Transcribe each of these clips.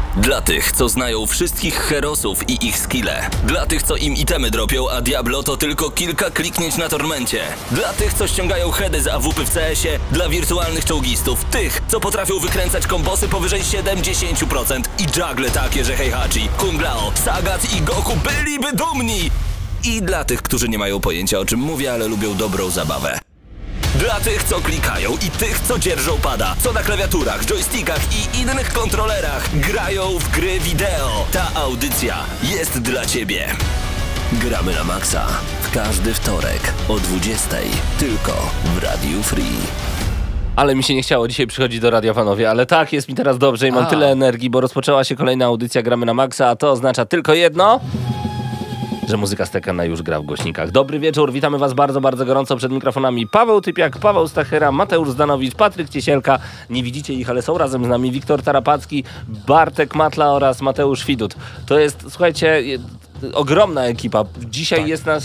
Dla tych, co znają wszystkich herosów i ich skille. Dla tych, co im itemy dropią, a Diablo to tylko kilka kliknięć na tormencie. Dla tych, co ściągają heady z AWP w CS-ie. Dla wirtualnych czołgistów. Tych, co potrafią wykręcać kombosy powyżej 70% i juggle takie, że Heihachi, Kung Lao, Sagat i Goku byliby dumni. I dla tych, którzy nie mają pojęcia, o czym mówię, ale lubią dobrą zabawę. Dla tych, co klikają i tych, co dzierżą pada, co na klawiaturach, joystickach i innych kontrolerach grają w gry wideo. Ta audycja jest dla Ciebie. Gramy na maksa w każdy wtorek o 20:00 tylko w Radiu Free. Ale mi się nie chciało dzisiaj przychodzić do radia, panowie, ale tak, jest mi teraz dobrze i mam tyle energii, bo rozpoczęła się kolejna audycja Gramy na maksa, a to oznacza tylko jedno... że muzyka z Tekena już gra w głośnikach. Dobry wieczór, witamy was bardzo, bardzo gorąco przed mikrofonami. Paweł Typiak, Paweł Stachyra, Mateusz Zdanowicz, Patryk Ciesielka. Nie widzicie ich, ale są razem z nami. Wiktor Tarapacki, Bartek Matla oraz Mateusz Widut. To jest, słuchajcie, ogromna ekipa. Dzisiaj jest nas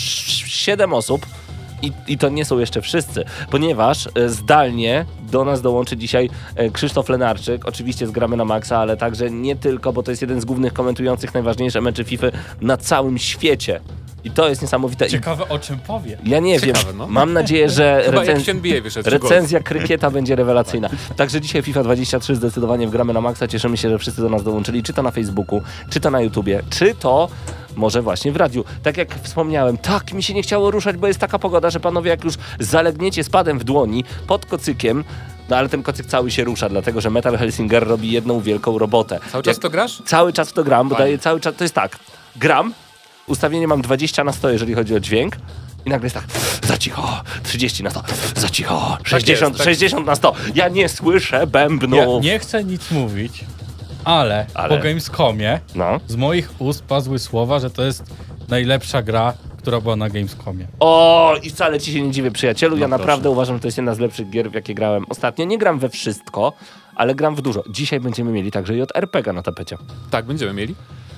7 osób. I to nie są jeszcze wszyscy, ponieważ zdalnie do nas dołączy dzisiaj Krzysztof Lenarczyk, oczywiście z Gramy na maksa, ale także nie tylko, bo to jest jeden z głównych komentujących najważniejsze mecze FIFA na całym świecie. I to jest niesamowite. Ciekawe, o czym powie. Ja nie wiem. No. Mam nadzieję, że recenzja golf. krykieta będzie rewelacyjna. Także dzisiaj FIFA 23 zdecydowanie w Gramy na maksa. Cieszymy się, że wszyscy do nas dołączyli, czy to na Facebooku, czy to na YouTubie, czy to może właśnie w radiu. Tak jak wspomniałem, tak mi się nie chciało ruszać, bo jest taka pogoda, że panowie, jak już zalegniecie z padem w dłoni pod kocykiem, no ale ten kocyk cały się rusza, dlatego że Metal Helsinger robi jedną wielką robotę. Cały czas to grasz? Cały czas to gram, bo daję cały czas, to jest tak, gram, ustawienie mam 20 na 100, jeżeli chodzi o dźwięk. I nagle jest tak, za cicho, 30 na 100, za cicho, 60, tak. 60 na 100. Ja nie słyszę bębnów. Ja nie chcę nic mówić, ale po Gamescomie z moich ust padły słowa, że to jest najlepsza gra, która była na Gamescomie. O, i wcale ci się nie dziwię, przyjacielu. Ja proszę. naprawdę uważam, że to jest jedna z lepszych gier, w jakie grałem ostatnio. Nie gram we wszystko, ale gram w dużo. Dzisiaj będziemy mieli także JRPG na tapecie. Tak, będziemy mieli.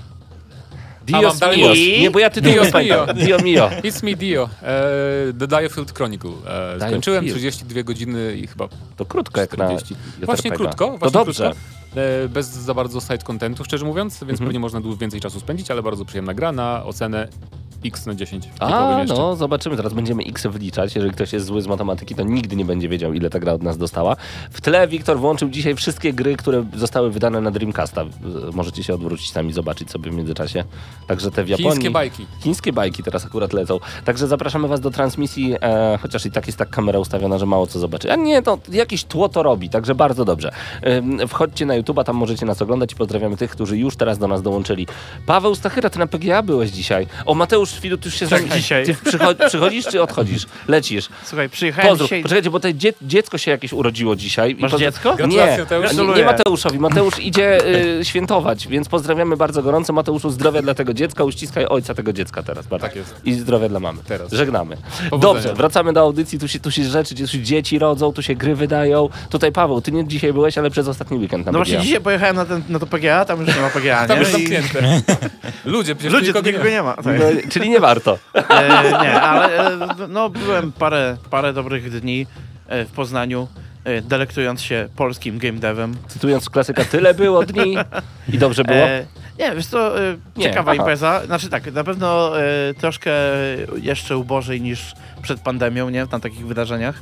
Dios mio. Nie, bo ja tytułu nie pamiętam. Dio mio. It's me, Dio. The Diofield Chronicle. Skończyłem 32 godziny i chyba To krótko jak na 40. JRPG. Właśnie krótko. To dobrze. Bez za bardzo side contentu, szczerze mówiąc, więc pewnie można dużo więcej czasu spędzić, ale bardzo przyjemna gra na ocenę X na 10. No zobaczymy, zaraz będziemy X wliczać. Jeżeli ktoś jest zły z matematyki, to nigdy nie będzie wiedział, ile ta gra od nas dostała. W tle Wiktor włączył dzisiaj wszystkie gry, które zostały wydane na Dreamcasta. Możecie się odwrócić tam i zobaczyć sobie w międzyczasie. Także te w Japonii... Chińskie bajki teraz akurat lecą. Także zapraszamy was do transmisji, chociaż i tak jest tak kamera ustawiona, że mało co zobaczy. A nie, to jakieś tło to robi, także bardzo dobrze. Wchodźcie na YouTube'a, tam możecie nas oglądać i pozdrawiamy tych, którzy już teraz do nas dołączyli. Paweł Stachyra, ty na PGA byłeś dzisiaj. O, Mateusz Widut już się dzisiaj. Ty przychodzisz czy odchodzisz? Lecisz. Słuchaj, przyjechałem dzisiaj... Poczekajcie, bo tutaj dziecko się jakieś urodziło dzisiaj. Masz dziecko? Nie Mateuszowi. Mateusz idzie świętować, więc pozdrawiamy bardzo gorąco. Mateuszu, zdrowia dla tego dziecka. Uściskaj ojca tego dziecka teraz. Tak jest. I zdrowia dla mamy. Teraz. Żegnamy. Powodzenia. Dobrze, wracamy do audycji. Tu się rzeczy, tu się dzieci rodzą, tu się gry wydają. Tutaj Paweł, ty nie dzisiaj byłeś, ale przez ostatni weekend na No PGA. właśnie dzisiaj pojechałem na to PGA, tam już nie ma PGA, nie? Tam już zamknięte. Ludzie, przecież Ludzie, to nikogo nie ma. Tak. No, czyli nie warto. Nie, ale no byłem parę dobrych dni w Poznaniu, delektując się polskim game devem. Cytując klasyka, tyle było dni i dobrze było? Nie, wiesz co, ciekawa impreza. Znaczy tak, na pewno troszkę jeszcze ubożej niż przed pandemią, nie? Na takich wydarzeniach.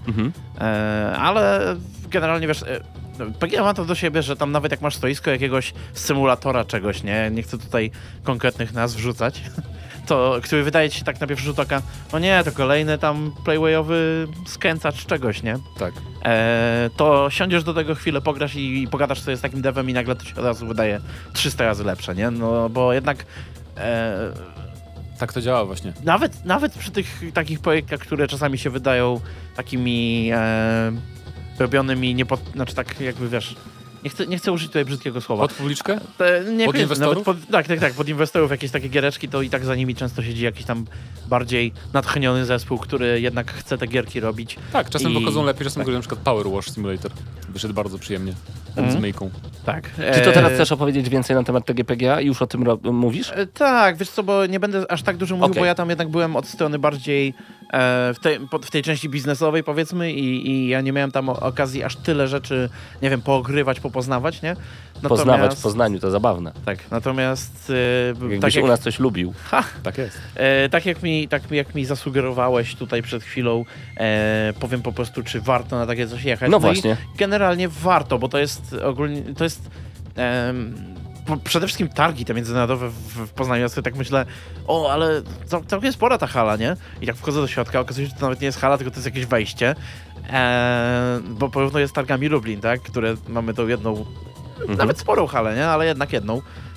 Ale generalnie wiesz... PGA ma to do siebie, że tam nawet jak masz stoisko jakiegoś symulatora czegoś, nie chcę tutaj konkretnych nazw wrzucać, to, który wydaje ci się tak na pierwszy rzut oka, no nie, to kolejny tam playwayowy skręcacz czegoś, nie? Tak. To siądziesz do tego chwilę, pograsz i pogadasz sobie z takim devem i nagle to się od razu wydaje 300 razy lepsze, nie? No bo jednak... Tak to działa właśnie. Nawet przy tych takich projektach, które czasami się wydają takimi robionymi, znaczy tak jakby wiesz, nie chcę użyć tutaj brzydkiego słowa. Pod publiczkę? Pod inwestorów? Tak, pod inwestorów jakieś takie giereczki, to i tak za nimi często siedzi jakiś tam bardziej natchniony zespół, który jednak chce te gierki robić. Tak, czasem wychodzą lepiej, czasem na przykład Power Wash Simulator. Wyszedł bardzo przyjemnie. Z myjką. Tak. Czy to teraz chcesz opowiedzieć więcej na temat TGPGA i już o tym mówisz? Tak, wiesz co, bo nie będę aż tak dużo mówił, bo ja tam jednak byłem od strony bardziej w tej części biznesowej, powiedzmy, i ja nie miałem tam okazji aż tyle rzeczy, nie wiem, poogrywać, popoznawać, nie? Poznawać w Poznaniu, to zabawne. Tak, natomiast... Jakbyś u nas coś lubił. Tak jest. Jak mi zasugerowałeś tutaj przed chwilą, powiem po prostu, czy warto na takie coś jechać. No właśnie. I generalnie warto, bo to jest ogólnie, przede wszystkim targi te międzynarodowe w Poznaniu. Ja sobie tak myślę, ale całkiem spora ta hala, nie? I tak wchodzę do środka, okazuje się, że to nawet nie jest hala, tylko to jest jakieś wejście. Bo porównuję z targami Lublin, tak? Które mamy tą jedną, nawet sporą halę, nie? Ale jednak jedną.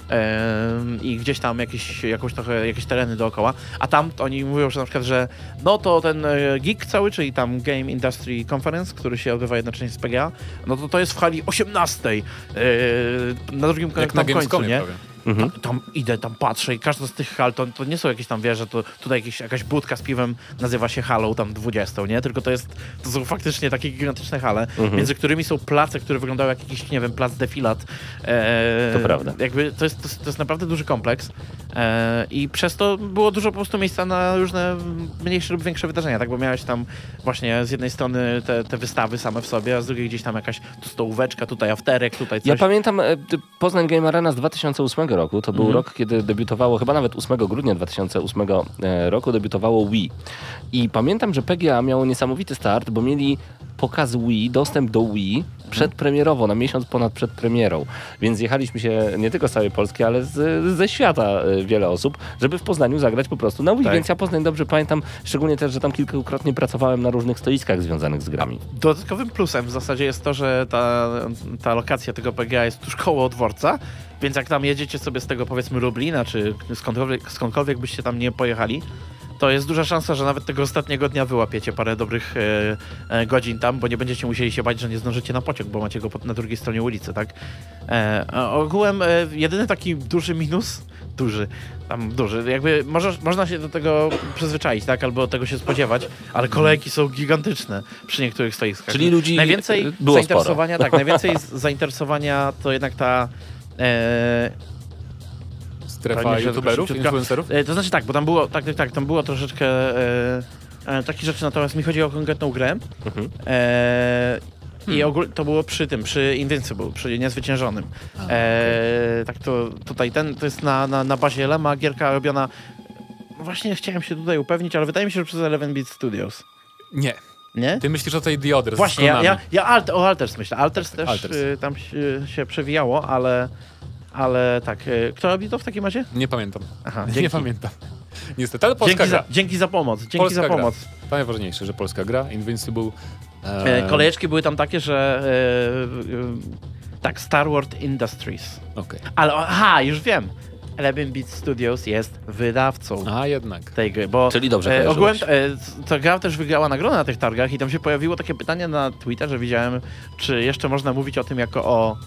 I gdzieś tam jakieś tereny dookoła, a tam oni mówią, że na przykład, że no to ten geek cały, czyli tam Game Industry Conference, który się odbywa jednocześnie z PGA, no to jest w hali 18, na drugim końcu, nie? Tam idę, tam patrzę i każda z tych hal, to nie są jakieś tam, wiesz, że to tutaj jakaś budka z piwem nazywa się halą tam 20, nie? Tylko to są faktycznie takie gigantyczne hale, między którymi są place, które wyglądają jak jakiś, nie wiem, plac defilat. To prawda. Jakby to jest naprawdę duży kompleks i przez to było dużo po prostu miejsca na różne mniejsze lub większe wydarzenia, tak? Bo miałeś tam właśnie z jednej strony te wystawy same w sobie, a z drugiej gdzieś tam jakaś tu stołóweczka, tutaj afterek, tutaj coś. Ja pamiętam Poznań Game Arena z 2008 roku. To był rok, kiedy debiutowało, chyba nawet 8 grudnia 2008 roku debiutowało Wii. I pamiętam, że PGA miało niesamowity start, bo mieli pokaz Wii, dostęp do Wii przedpremierowo, na miesiąc ponad przed premierą. Więc jechaliśmy się nie tylko z całej Polski, ale ze świata wiele osób, żeby w Poznaniu zagrać po prostu na Wii. Tak. Więc ja Poznań dobrze pamiętam, szczególnie też, że tam kilkakrotnie pracowałem na różnych stoiskach związanych z grami. Dodatkowym plusem w zasadzie jest to, że ta lokacja tego PGA jest tuż koło dworca, więc jak tam jedziecie sobie z tego, powiedzmy, Lublina, czy skądkolwiek byście tam nie pojechali, to jest duża szansa, że nawet tego ostatniego dnia wyłapiecie parę dobrych godzin tam, bo nie będziecie musieli się bać, że nie zdążycie na pociąg, bo macie go na drugiej stronie ulicy, tak? Ogółem jedyny taki duży minus, jakby można się do tego przyzwyczaić, tak? Albo tego się spodziewać, ale kolejki są gigantyczne przy niektórych stoiskach. Czyli ludzi najwięcej było zainteresowania, sporo. tak, najwięcej zainteresowania to jednak ta strefa youtuberów, influencerów? To znaczy tak, bo tam było, tam było troszeczkę takich rzeczy, natomiast mi chodzi o konkretną grę. I to było przy Invincible, przy Niezwyciężonym. Tak to tutaj to jest na bazie Lema, gierka robiona, właśnie chciałem się tutaj upewnić, ale wydaje mi się, że przez 11-bit Studios. Nie? Ty myślisz o tej The Others. Właśnie, ja o Alters myślę. Alters też tam się przewijało, ale tak. Kto robi to w takim razie? Nie pamiętam. Aha, nie pamiętam. Niestety, ale polska gra. Dzięki za pomoc. To najważniejsze, że polska gra. Invincible. Kolejeczki były tam takie, że tak, Star Wars Industries. Okay. Ale już wiem. 11-bit Studios jest wydawcą jednak tej gry, bo czyli dobrze ogółem ta gra też wygrała nagrodę na tych targach i tam się pojawiło takie pytanie na Twitterze, widziałem, czy jeszcze można mówić o tym jako o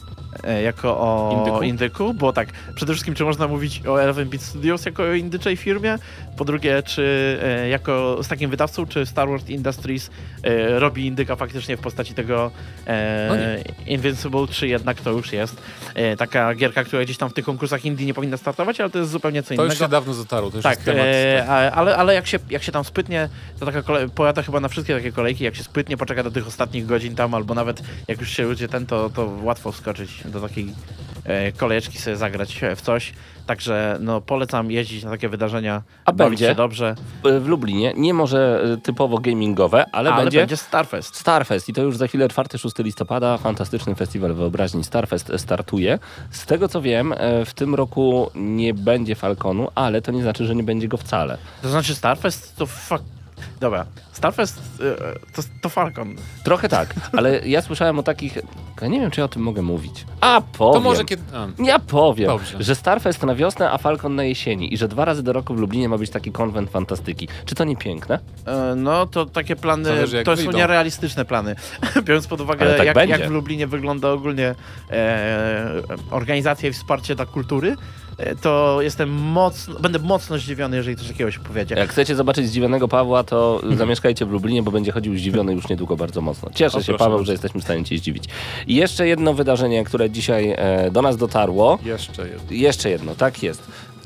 indyku, bo tak, przede wszystkim czy można mówić o 11-bit Studios jako o indyczej firmie, po drugie, czy jako z takim wydawcą, czy Star Wars Industries robi indyka faktycznie w postaci tego Invincible, czy jednak to już jest taka gierka, która gdzieś tam w tych konkursach indie nie powinna startować, ale to jest zupełnie co innego. To już się dawno zatarło, to już tak, jest temat. Ale jak się tam sprytnie, to taka porada chyba na wszystkie takie kolejki, jak się sprytnie poczeka do tych ostatnich godzin tam, albo nawet jak już się ludzie to łatwo wskoczyć do takiej kolejeczki, sobie zagrać w coś. Także polecam jeździć na takie wydarzenia, bawić się dobrze. W Lublinie, nie może typowo gamingowe, ale będzie Starfest. Starfest i to już za chwilę 4-6 listopada. Fantastyczny festiwal wyobraźni Starfest startuje. Z tego co wiem, w tym roku nie będzie Falconu, ale to nie znaczy, że nie będzie go wcale. To znaczy Starfest to Dobra, Starfest to Falcon. Trochę tak, ale ja słyszałem o takich... Ja nie wiem, czy ja o tym mogę mówić. Powiem. To może kiedy... Ja powiem, Dobrze. że Starfest na wiosnę, a Falcon na jesieni i że 2 razy do roku w Lublinie ma być taki konwent fantastyki. Czy to nie piękne? To takie plany, zależy, to są nierealistyczne plany. Biorąc pod uwagę, tak jak w Lublinie wygląda ogólnie organizacja i wsparcie dla kultury, to będę mocno zdziwiony, jeżeli coś takiego się powiedzie. Jak chcecie zobaczyć zdziwionego Pawła, to zamieszkajcie w Lublinie, bo będzie chodził zdziwiony już niedługo bardzo mocno. Cieszę się, Paweł, że jesteśmy w stanie cię zdziwić. I jeszcze jedno wydarzenie, które dzisiaj do nas dotarło. Jeszcze jedno, tak jest.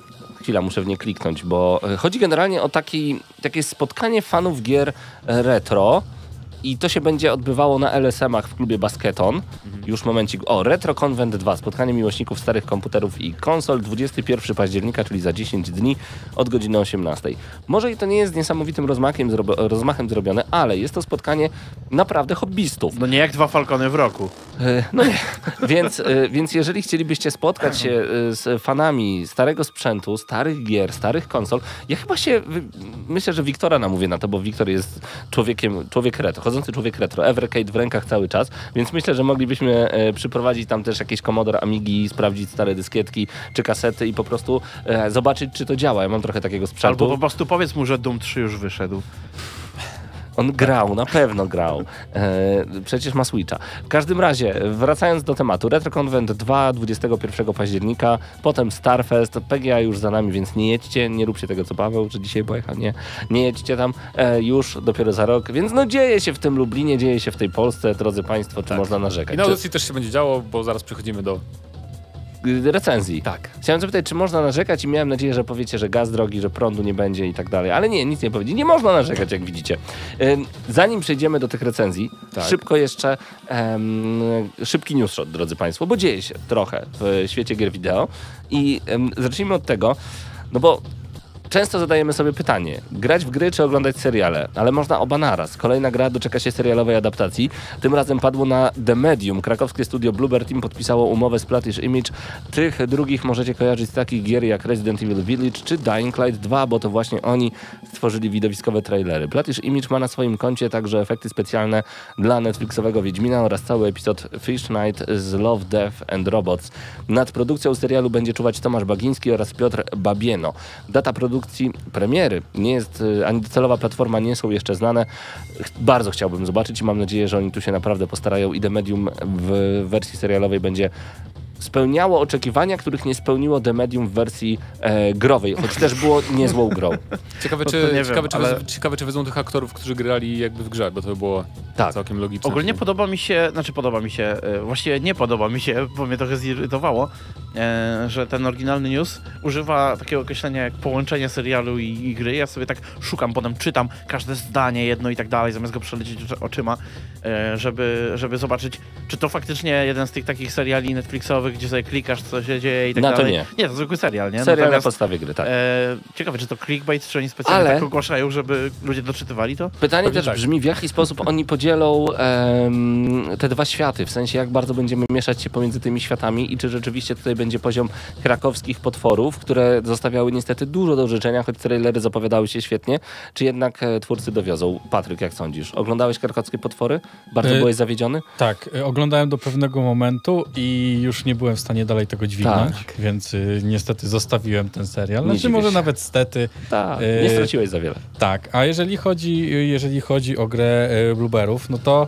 Chwila, muszę w nie kliknąć, bo chodzi generalnie o takie spotkanie fanów gier retro i to się będzie odbywało na LSM-ach w klubie Basketon. Już momencik. Retro Convent 2. Spotkanie miłośników starych komputerów i konsol 21 października, czyli za 10 dni od godziny 18. Może i to nie jest z niesamowitym rozmachem zrobione, ale jest to spotkanie naprawdę hobbystów. No nie jak 2 Falcony w roku. No nie. Więc jeżeli chcielibyście spotkać się z fanami starego sprzętu, starych gier, starych konsol, ja chyba myślę, że Wiktora namówię na to, bo Wiktor jest człowiek retro, chodzący człowiek retro, Evercade w rękach cały czas, więc myślę, że moglibyśmy przyprowadzić tam też jakieś Commodore Amigi, sprawdzić stare dyskietki czy kasety i po prostu zobaczyć, czy to działa. Ja mam trochę takiego sprzętu. Albo po prostu powiedz mu, że Doom 3 już wyszedł. On grał, na pewno grał. Przecież ma Switcha. W każdym razie, wracając do tematu, Retro Convent 2, 21 października, potem Starfest, PGA już za nami, więc nie jedźcie, nie róbcie tego, co Paweł, czy dzisiaj pojechał, nie jedźcie tam, już dopiero za rok, więc no dzieje się w tym Lublinie, dzieje się w tej Polsce, drodzy Państwo, czy można narzekać? I na audycji też się będzie działo, bo zaraz przechodzimy do recenzji. Tak. Chciałem zapytać, czy można narzekać i miałem nadzieję, że powiecie, że gaz drogi, że prądu nie będzie i tak dalej, ale nie, nic nie powiedzieć. Nie można narzekać, jak widzicie. Zanim przejdziemy do tych recenzji, szybko jeszcze szybki newsshot, drodzy Państwo, bo dzieje się trochę w świecie gier wideo i zacznijmy od tego, no bo często zadajemy sobie pytanie, grać w gry czy oglądać seriale, ale można oba naraz. Kolejna gra doczeka się serialowej adaptacji. Tym razem padło na The Medium. Krakowskie studio Bloober Team podpisało umowę z Platysz Image. Tych drugich możecie kojarzyć z takich gier jak Resident Evil Village czy Dying Light 2, bo to właśnie oni stworzyli widowiskowe trailery. Platysz Image ma na swoim koncie także efekty specjalne dla Netflixowego Wiedźmina oraz cały epizod Fish Night z Love, Death and Robots. Nad produkcją serialu będzie czuwać Tomasz Bagiński oraz Piotr Babieno. Data produkcji premiery nie jest, ani docelowa platforma nie są jeszcze znane. Bardzo chciałbym zobaczyć i mam nadzieję, że oni tu się naprawdę postarają i The Medium w wersji serialowej będzie spełniało oczekiwania, których nie spełniło The Medium w wersji growej, choć też było niezłą grą. Ciekawe, czy wezmą tych aktorów, którzy grali jakby w grze, bo to by było całkiem logiczne. Ogólnie podoba mi się, właściwie nie podoba mi się, bo mnie trochę zirytowało, że ten oryginalny news używa takiego określenia jak połączenie serialu i gry. Ja sobie tak szukam, potem czytam każde zdanie, jedno i tak dalej, zamiast go przelecieć oczyma, żeby zobaczyć, czy to faktycznie jeden z tych takich seriali Netflixowych, gdzie sobie klikasz, co się dzieje i tak dalej. To nie. Nie, to zwykły serial, nie? Serial na podstawie gry, tak. Ciekawe, czy to clickbait, czy oni specjalnie tak ogłaszają, żeby ludzie doczytywali to? Pytanie też brzmi, w jaki sposób oni podzielą te dwa światy, w sensie jak bardzo będziemy mieszać się pomiędzy tymi światami i czy rzeczywiście tutaj będzie poziom krakowskich potworów, które zostawiały niestety dużo do życzenia, choć trailery zapowiadały się świetnie, czy jednak twórcy dowiozą? Patryk, jak sądzisz? Oglądałeś krakowskie potwory? Bardzo byłeś zawiedziony? Tak, oglądałem do pewnego momentu i już nie byłem w stanie dalej tego dźwignąć, więc niestety zostawiłem ten serial. Znaczy może nawet stety. Nie straciłeś za wiele. Tak, a jeżeli chodzi o grę Blooberów, no to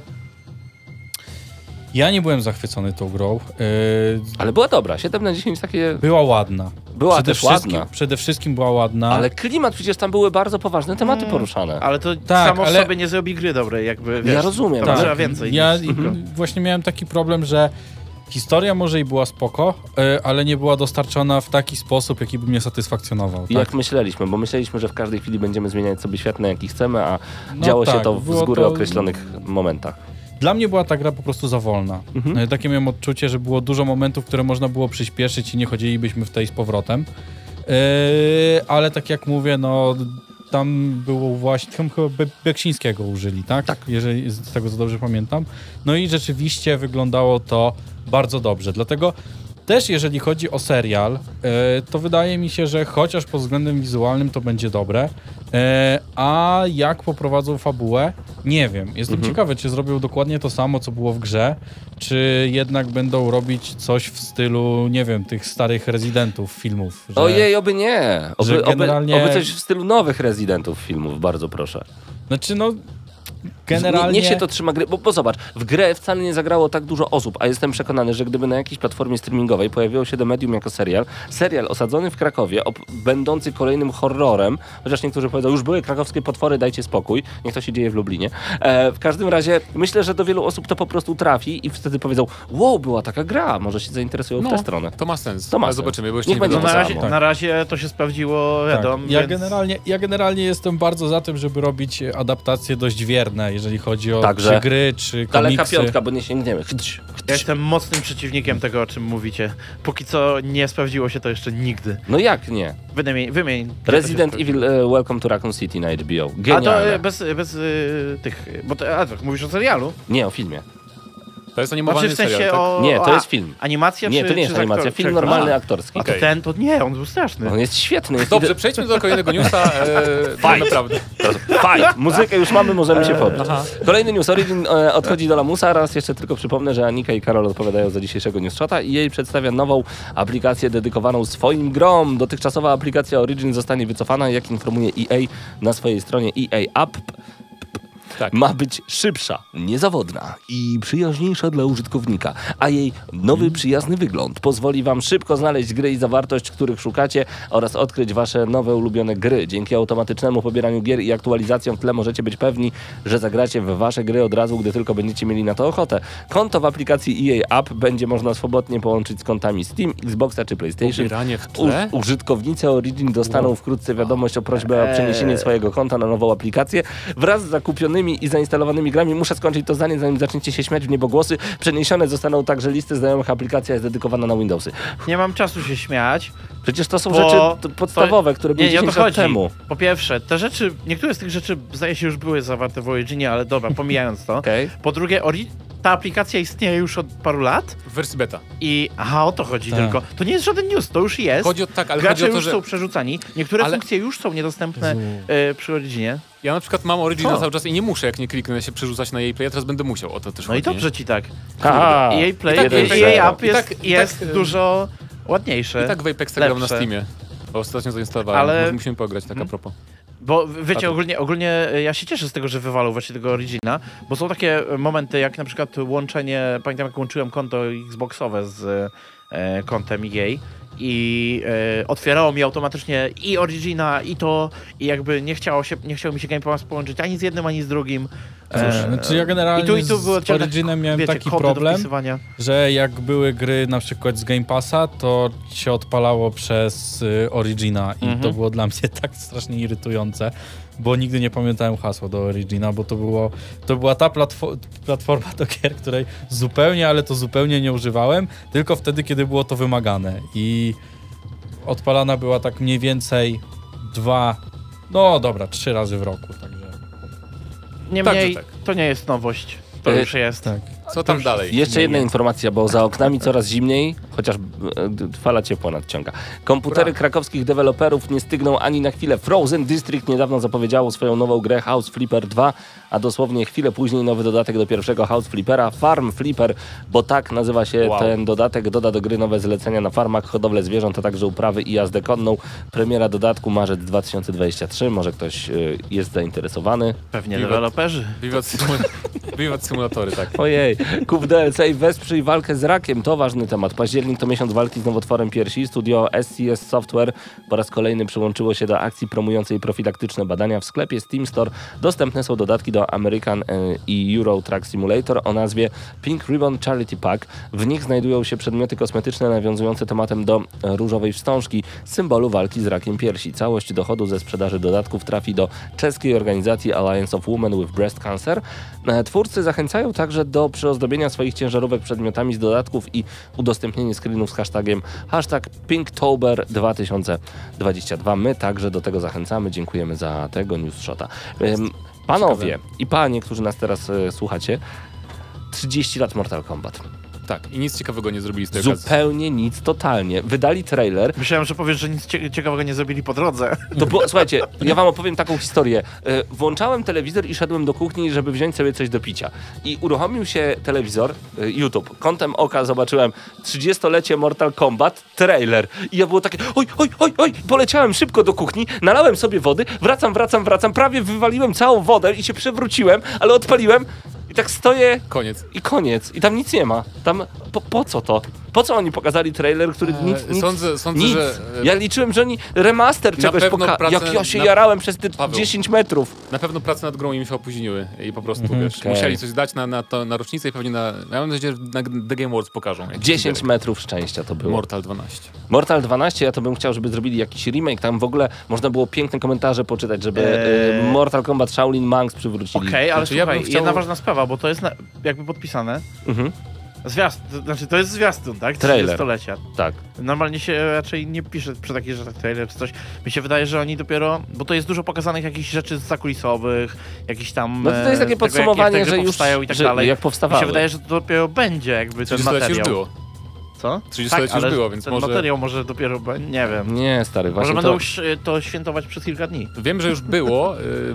ja nie byłem zachwycony tą grą. Ale była dobra, 7 na 10 takie... Była ładna. Była też ładna. Przede wszystkim była ładna. Ale klimat, przecież tam były bardzo poważne tematy poruszane. Ale to samo w sobie nie zrobi gry dobrej, jakby, wiesz. Ja rozumiem. Tam trzeba więcej. Ja właśnie miałem taki problem, że historia może i była spoko, ale nie była dostarczona w taki sposób, jaki by mnie satysfakcjonował. Tak? Jak myśleliśmy, bo myśleliśmy, że w każdej chwili będziemy zmieniać sobie świat na jaki chcemy, a działo się to z góry określonych momentach. Dla mnie była ta gra po prostu za wolna. Takie miałem odczucie, że było dużo momentów, które można było przyspieszyć i nie chodzilibyśmy w tej z powrotem. Ale tak jak mówię, no tam było właśnie, chyba Beksińskiego użyli, tak? Tak. Jeżeli z tego co dobrze pamiętam. No i rzeczywiście wyglądało to bardzo dobrze. Dlatego też jeżeli chodzi o serial, to wydaje mi się, że chociaż pod względem wizualnym to będzie dobre, a jak poprowadzą fabułę, nie wiem. Jestem ciekawy, czy zrobią dokładnie to samo, co było w grze, czy jednak będą robić coś w stylu, nie wiem, tych starych Residentów filmów. Że, ojej, oby nie. Oby generalnie... oby coś w stylu nowych Residentów filmów, bardzo proszę. Znaczy, no... Generalnie... Niech się to trzyma gry, bo zobacz, w grę wcale nie zagrało tak dużo osób, a jestem przekonany, że gdyby na jakiejś platformie streamingowej pojawiło się The Medium jako serial osadzony w Krakowie, będący kolejnym horrorem, chociaż niektórzy powiedzą, już były krakowskie potwory, dajcie spokój, niech to się dzieje w Lublinie. W każdym razie myślę, że do wielu osób to po prostu trafi i wtedy powiedzą, wow, była taka gra, może się zainteresują w tę stronę. To ma sens. To ma Ale sens. zobaczymy, bo jeszcze Niech nie będzie wiadomo. to Na razie to się sprawdziło, wiadomo. Tak. więc... Ja generalnie jestem bardzo za tym, żeby robić adaptacje dość wierne, jeżeli chodzi o Także czy gry, czy daleka komiksy. piątka, bo nie sięgniemy. Ja jestem mocnym przeciwnikiem tego, o czym mówicie. Póki co nie sprawdziło się to jeszcze nigdy. No jak nie? Wymień. Resident Evil Welcome to Raccoon City na HBO. A to Genialne. bez tych... Bo to, mówisz o serialu? Nie, o filmie. To jest animowany Znaczy w sensie serial, tak? o... Nie, to jest film. Animacja Nie, czy... to nie jest czy animacja, film czy- normalny, A, aktorski. a to Okej. ten, to nie, on był straszny. On jest świetny. Jest Dobrze, przejdźmy do kolejnego newsa. Fight. Naprawdę. Fight! Muzykę już mamy, możemy się pobić. Aha. Kolejny news. Origin odchodzi do lamusa. Raz jeszcze tylko przypomnę, że Anika i Karol odpowiadają za dzisiejszego newsshota i jej przedstawia nową aplikację dedykowaną swoim grom. Dotychczasowa aplikacja Origin zostanie wycofana, jak informuje EA na swojej stronie EA App. Tak. Ma być szybsza, niezawodna i przyjaźniejsza dla użytkownika, a jej nowy, przyjazny wygląd pozwoli wam szybko znaleźć gry i zawartość, których szukacie oraz odkryć wasze nowe ulubione gry. Dzięki automatycznemu pobieraniu gier i aktualizacjom w tle możecie być pewni, że zagracie w wasze gry od razu, gdy tylko będziecie mieli na to ochotę. Konto w aplikacji EA App będzie można swobodnie połączyć z kontami Steam, Xboxa czy PlayStation. Pobieranie w tle? Użytkownicy Origin dostaną wkrótce wiadomość o prośbę o przeniesienie swojego konta na nową aplikację wraz z zakupionymi i zainstalowanymi grami. Muszę skończyć to zdanie, zanim zaczniecie się śmiać w niebogłosy. Przeniesione zostaną także listy znajomych. Aplikacja jest dedykowana na Windowsy. Nie mam czasu się śmiać. Przecież to są Bo rzeczy podstawowe, które były Nie, o 10 to lat chodzi. temu. Po pierwsze, te rzeczy, niektóre z tych rzeczy zdaje się już były zawarte w Originie, ale dobra, pomijając to. Okej. Po drugie, ta aplikacja istnieje już od paru lat W wersji beta. i o to chodzi Tak. tylko. To nie jest żaden news, to już jest. Chodzi o tak, ale Gracze chodzi o to, już że są przerzucani. Niektóre Ale- funkcje już są niedostępne przy Originie. ja na przykład mam Origin Co? cały czas i nie muszę, jak nie kliknę, się przerzucać na jej play, a teraz będę musiał. O to też No i chodzi. dobrze ci tak. Aha. EA Play, I tak EA App i jest, tak- jest i tak, dużo ładniejsze. I tak w Apexa gram na lepsze. Steamie. Bo ostatnio zainstalowałem, Ale- może musimy pograć, tak a propos. Bo wiecie, A to- ogólnie ja się cieszę z tego, że wywalą właśnie tego Origina, bo są takie momenty jak na przykład łączenie, pamiętam jak łączyłem konto Xboxowe z kontem EA i otwierało mi automatycznie i Origina i jakby nie chciało mi się Game Pass połączyć ani z jednym, ani z drugim. Znaczy ja generalnie i tu było z Originem miałem wiecie, taki kody do problem, wpisywania. że jak były gry na przykład z Game Passa, to się odpalało przez Origina i to było dla mnie tak strasznie irytujące, bo nigdy nie pamiętałem hasła do Origina, bo to była ta platforma do gier, której zupełnie, ale to zupełnie nie używałem, tylko wtedy, kiedy było to wymagane i odpalana była tak mniej więcej 3 razy w roku, także... Niemniej Tak. to nie jest nowość, to już jest. Tak. Co tam dalej? Jeszcze jedna informacja, bo za oknami coraz zimniej, chociaż fala ciepła nadciąga. Komputery krakowskich deweloperów nie stygną ani na chwilę. Frozen District niedawno zapowiedziało swoją nową grę House Flipper 2, a dosłownie chwilę później nowy dodatek do pierwszego House Flippera, Farm Flipper, bo tak nazywa się ten dodatek. Doda do gry nowe zlecenia na farmach, hodowlę zwierząt, a także uprawy i jazdę konną. Premiera dodatku marzec 2023. Może ktoś jest zainteresowany. Pewnie deweloperzy. Wiwat symulatory, tak. Ojej, kup DLC i wesprzyj walkę z rakiem. To ważny temat. Październik to miesiąc walki z nowotworem piersi. Studio SCS Software po raz kolejny przyłączyło się do akcji promującej profilaktyczne badania. W sklepie Steam Store dostępne są dodatki do American i Euro Truck Simulator o nazwie Pink Ribbon Charity Pack. W nich znajdują się przedmioty kosmetyczne nawiązujące tematem do różowej wstążki, symbolu walki z rakiem piersi. Całość dochodu ze sprzedaży dodatków trafi do czeskiej organizacji Alliance of Women with Breast Cancer. Twórcy zachęcają także do przyozdobienia swoich ciężarówek przedmiotami z dodatków i udostępnienie screenów z hashtagiem #Pinktober2022. My także do tego zachęcamy. Dziękujemy za tego newsshota. Panowie i panie, którzy nas teraz słuchacie, 30 lat Mortal Kombat. Tak, i nic ciekawego nie zrobili z tej okazji. Zupełnie nic, totalnie. Wydali trailer. Myślałem, że powiesz, że nic ciekawego nie zrobili po drodze. To było, słuchajcie, ja wam opowiem taką historię. Włączałem telewizor i szedłem do kuchni, żeby wziąć sobie coś do picia. I uruchomił się telewizor, YouTube. Kątem oka zobaczyłem 30-lecie Mortal Kombat, trailer. I ja było takie, oj, poleciałem szybko do kuchni, nalałem sobie wody, wracam, prawie wywaliłem całą wodę i się przewróciłem, ale odpaliłem i tak stoję Koniec. i koniec. I tam nic nie ma. Tam, po co to? Po co oni pokazali trailer, który nic... Sądzę, nic. że... Ja liczyłem, że oni remaster czegoś pokażą. Jak ja się jarałem przez te 10 metrów. Na pewno prace nad grą im się opóźniły i po prostu, wiesz, musieli coś dać na rocznicę i pewnie ja mam nadzieję, że na The Game Awards pokażą. 10 metrów szczęścia to było. Mortal 12. Mortal 12, ja to bym chciał, żeby zrobili jakiś remake. Tam w ogóle można było piękne komentarze poczytać, żeby Mortal Kombat Shaolin Monks przywrócili. Okej, ale Znaczy, ja słuchaj, bym chciał- jedna ważna sprawa, bo to jest jakby podpisane. To jest zwiastun, tak? Trailer. 30-lecia. Tak. Normalnie się raczej nie pisze przy takich rzeczach trailer czy coś. Mi się wydaje, że oni dopiero, bo to jest dużo pokazanych jakichś rzeczy zakulisowych, jakichś tam... No to jest takie tego, podsumowanie, jak te że gry już powstają i tak że dalej. jak Mi powstawały. się wydaje, że to dopiero będzie jakby ten 30-lecie materiał. już było. Co? 30-lecie już ale było, więc ten może... materiał może dopiero, nie wiem. Nie, stary, Może właśnie będą to... już to świętować przez kilka dni. Wiem, że już było.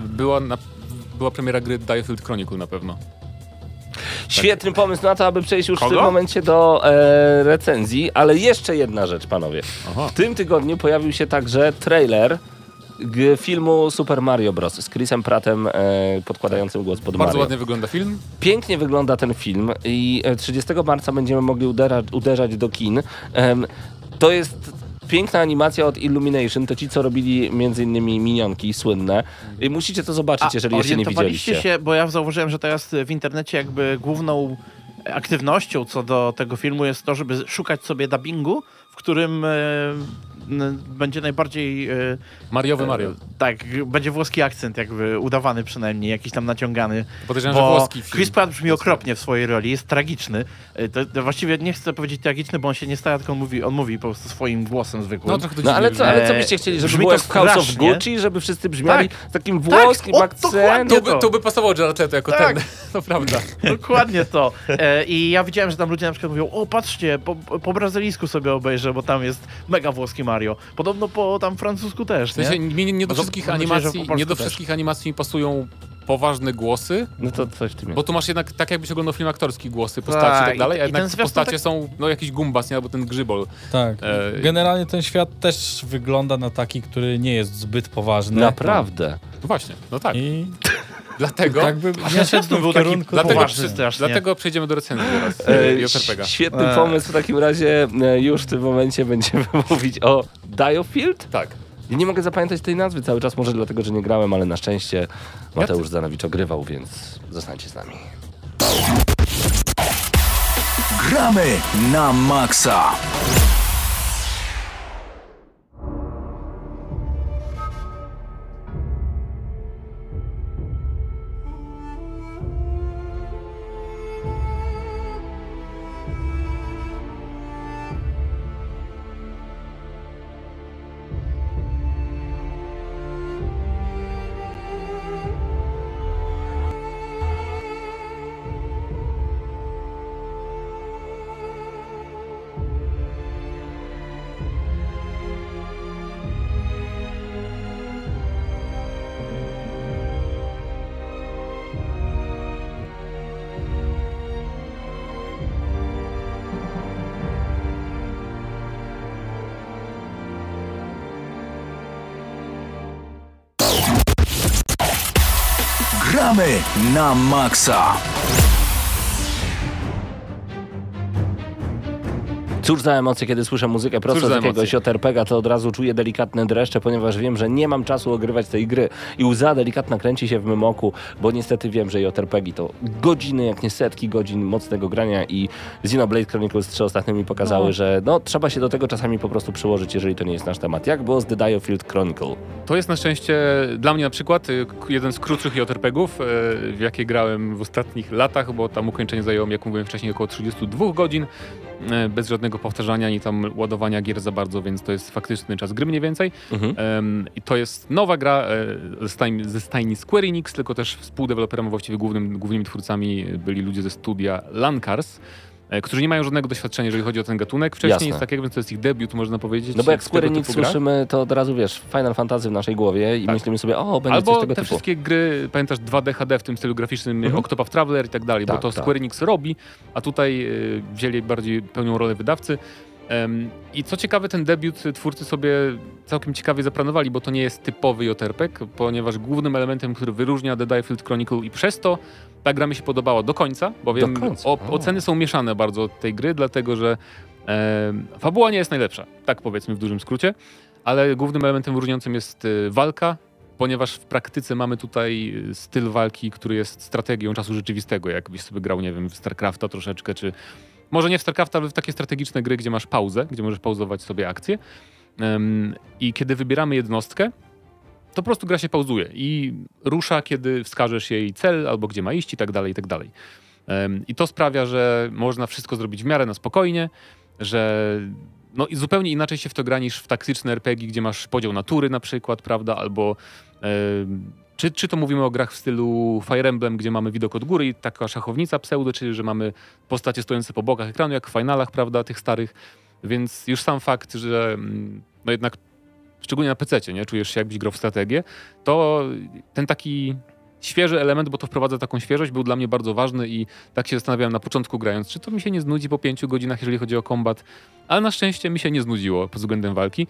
Była premiera gry Diofield Chronicle na pewno. Świetny pomysł na to, aby przejść już w Kogo? tym momencie do recenzji, ale jeszcze jedna rzecz, panowie. Aha. W tym tygodniu pojawił się także trailer filmu Super Mario Bros. Z Chrisem Prattem podkładającym głos pod Bardzo Mario. ładnie wygląda film. Pięknie wygląda ten film i 30 marca będziemy mogli uderzać do kin. To jest piękna animacja od Illumination, to ci, co robili między innymi Minionki słynne. I musicie to zobaczyć, jeżeli jeszcze nie widzieliście. się, bo ja zauważyłem, że teraz w internecie jakby główną aktywnością co do tego filmu jest to, żeby szukać sobie dubbingu, w którym będzie najbardziej... Mariowy Mario. Tak, będzie włoski akcent jakby udawany przynajmniej, jakiś tam naciągany. Podejrzewam, że Bo włoski film. Chris Pratt brzmi okropnie w swojej roli, jest tragiczny. To właściwie nie chcę powiedzieć tragiczny, bo on się nie stara, tylko on mówi po prostu swoim głosem zwykłym. No trochę to No ale dziwnie co, brzmi. ale co byście chcieli, żeby brzmi było to jak w House of strasznie. Gucci, żeby wszyscy brzmiali Tak. z takim włoskim akcentem? dokładnie. To by pasował Jared Leto jako Tak. ten. To prawda. Dokładnie to. I ja widziałem, że tam ludzie na przykład mówią, o patrzcie, po brazylijsku sobie obejrzę, bo tam jest mega włoski Mario. Podobno po tam francusku też, W sensie nie? nie do Bo to- wszystkich mam nadzieję, że po animacji, polsku nie do też. wszystkich animacji mi pasują poważne głosy, No to coś w tym jest. bo tu masz jednak tak jakbyś oglądał film aktorski, głosy, postaci i tak i- dalej, a i ten jednak zwiastun postacie tak- są no jakiś Gumbas, nie? Albo ten Grzybol. Tak. Generalnie ten świat też wygląda na taki, który nie jest zbyt poważny. Naprawdę. No właśnie, no tak. I Dlatego, tak by nie szedł był w taki kierunku dlatego, poważny strasznie. dlatego przejdziemy do recenzji teraz JRPG-a. Świetny pomysł. W takim razie już w tym momencie będziemy mówić o Diofield. Tak. Ja nie mogę zapamiętać tej nazwy cały czas, może dlatego, że nie grałem, ale na szczęście Mateusz Zanowicz ogrywał, więc zostańcie z nami. Gramy na maksa! Gramy na maksa! Cóż za emocje, kiedy słyszę muzykę prosto Cóż z za jakiegoś emocje. JRPG-a, to od razu czuję delikatne dreszcze, ponieważ wiem, że nie mam czasu ogrywać tej gry i łza delikatna kręci się w mym oku, bo niestety wiem, że JRPG to godziny, jak nie setki godzin mocnego grania i Xenoblade Chronicles 3 ostatnio mi pokazały, że no trzeba się do tego czasami po prostu przyłożyć, jeżeli to nie jest nasz temat. Jak było z The Diofield Chronicle? To jest na szczęście dla mnie na przykład jeden z krótszych JRPG-ów, w jakie grałem w ostatnich latach, bo tam ukończenie zajęło mi, jak mówiłem wcześniej, około 32 godzin, bez żadnego powtarzania ani tam ładowania gier za bardzo, więc to jest faktyczny czas gry mniej więcej. I to jest nowa gra ze stajni Square Enix, tylko też współdeweloperem, właściwie głównymi twórcami byli ludzie ze studia Lancars. którzy nie mają żadnego doświadczenia, jeżeli chodzi o ten gatunek. Wcześniej Jasne. jest takiego, więc to jest ich debiut, można powiedzieć. No bo jak w Square tego Enix typu grach. słyszymy, to od razu wiesz, Final Fantasy w naszej głowie i myślimy sobie, o, będzie Albo coś tego te typu. wszystkie gry, pamiętasz 2D HD w tym stylu graficznym, Octopath Traveler i tak dalej, bo Tak, to tak. Square Enix robi, a tutaj wzięli bardziej pełnią rolę wydawcy. I co ciekawe, ten debiut twórcy sobie całkiem ciekawie zaplanowali, bo to nie jest typowy JRPG, ponieważ głównym elementem, który wyróżnia The Diefield Chronicle i przez to ta gra mi się podobała do końca, bowiem oceny są mieszane bardzo tej gry, dlatego że fabuła nie jest najlepsza, tak powiedzmy w dużym skrócie, ale głównym elementem wyróżniającym jest walka, ponieważ w praktyce mamy tutaj styl walki, który jest strategią czasu rzeczywistego, jakbyś sobie grał, nie wiem, w StarCrafta troszeczkę, czy może nie w StarCrafta, ale w takie strategiczne gry, gdzie masz pauzę, gdzie możesz pauzować sobie akcję. I kiedy wybieramy jednostkę, to po prostu gra się pauzuje i rusza, kiedy wskażesz jej cel, albo gdzie ma iść i tak dalej, i tak dalej. I to sprawia, że można wszystko zrobić w miarę na spokojnie, że no i zupełnie inaczej się w to gra niż w taktyczne RPG, gdzie masz podział na tury na przykład, prawda, albo czy to mówimy o grach w stylu Fire Emblem, gdzie mamy widok od góry i taka szachownica pseudo, czyli że mamy postacie stojące po bokach ekranu, jak w finalach, prawda, tych starych, więc już sam fakt, że no jednak szczególnie na PC-cie, nie, czujesz się jakbyś grał w strategię, to ten taki świeży element, bo to wprowadza taką świeżość, był dla mnie bardzo ważny i tak się zastanawiałem na początku grając, czy to mi się nie znudzi po 5 godzinach, jeżeli chodzi o kombat, ale na szczęście mi się nie znudziło pod względem walki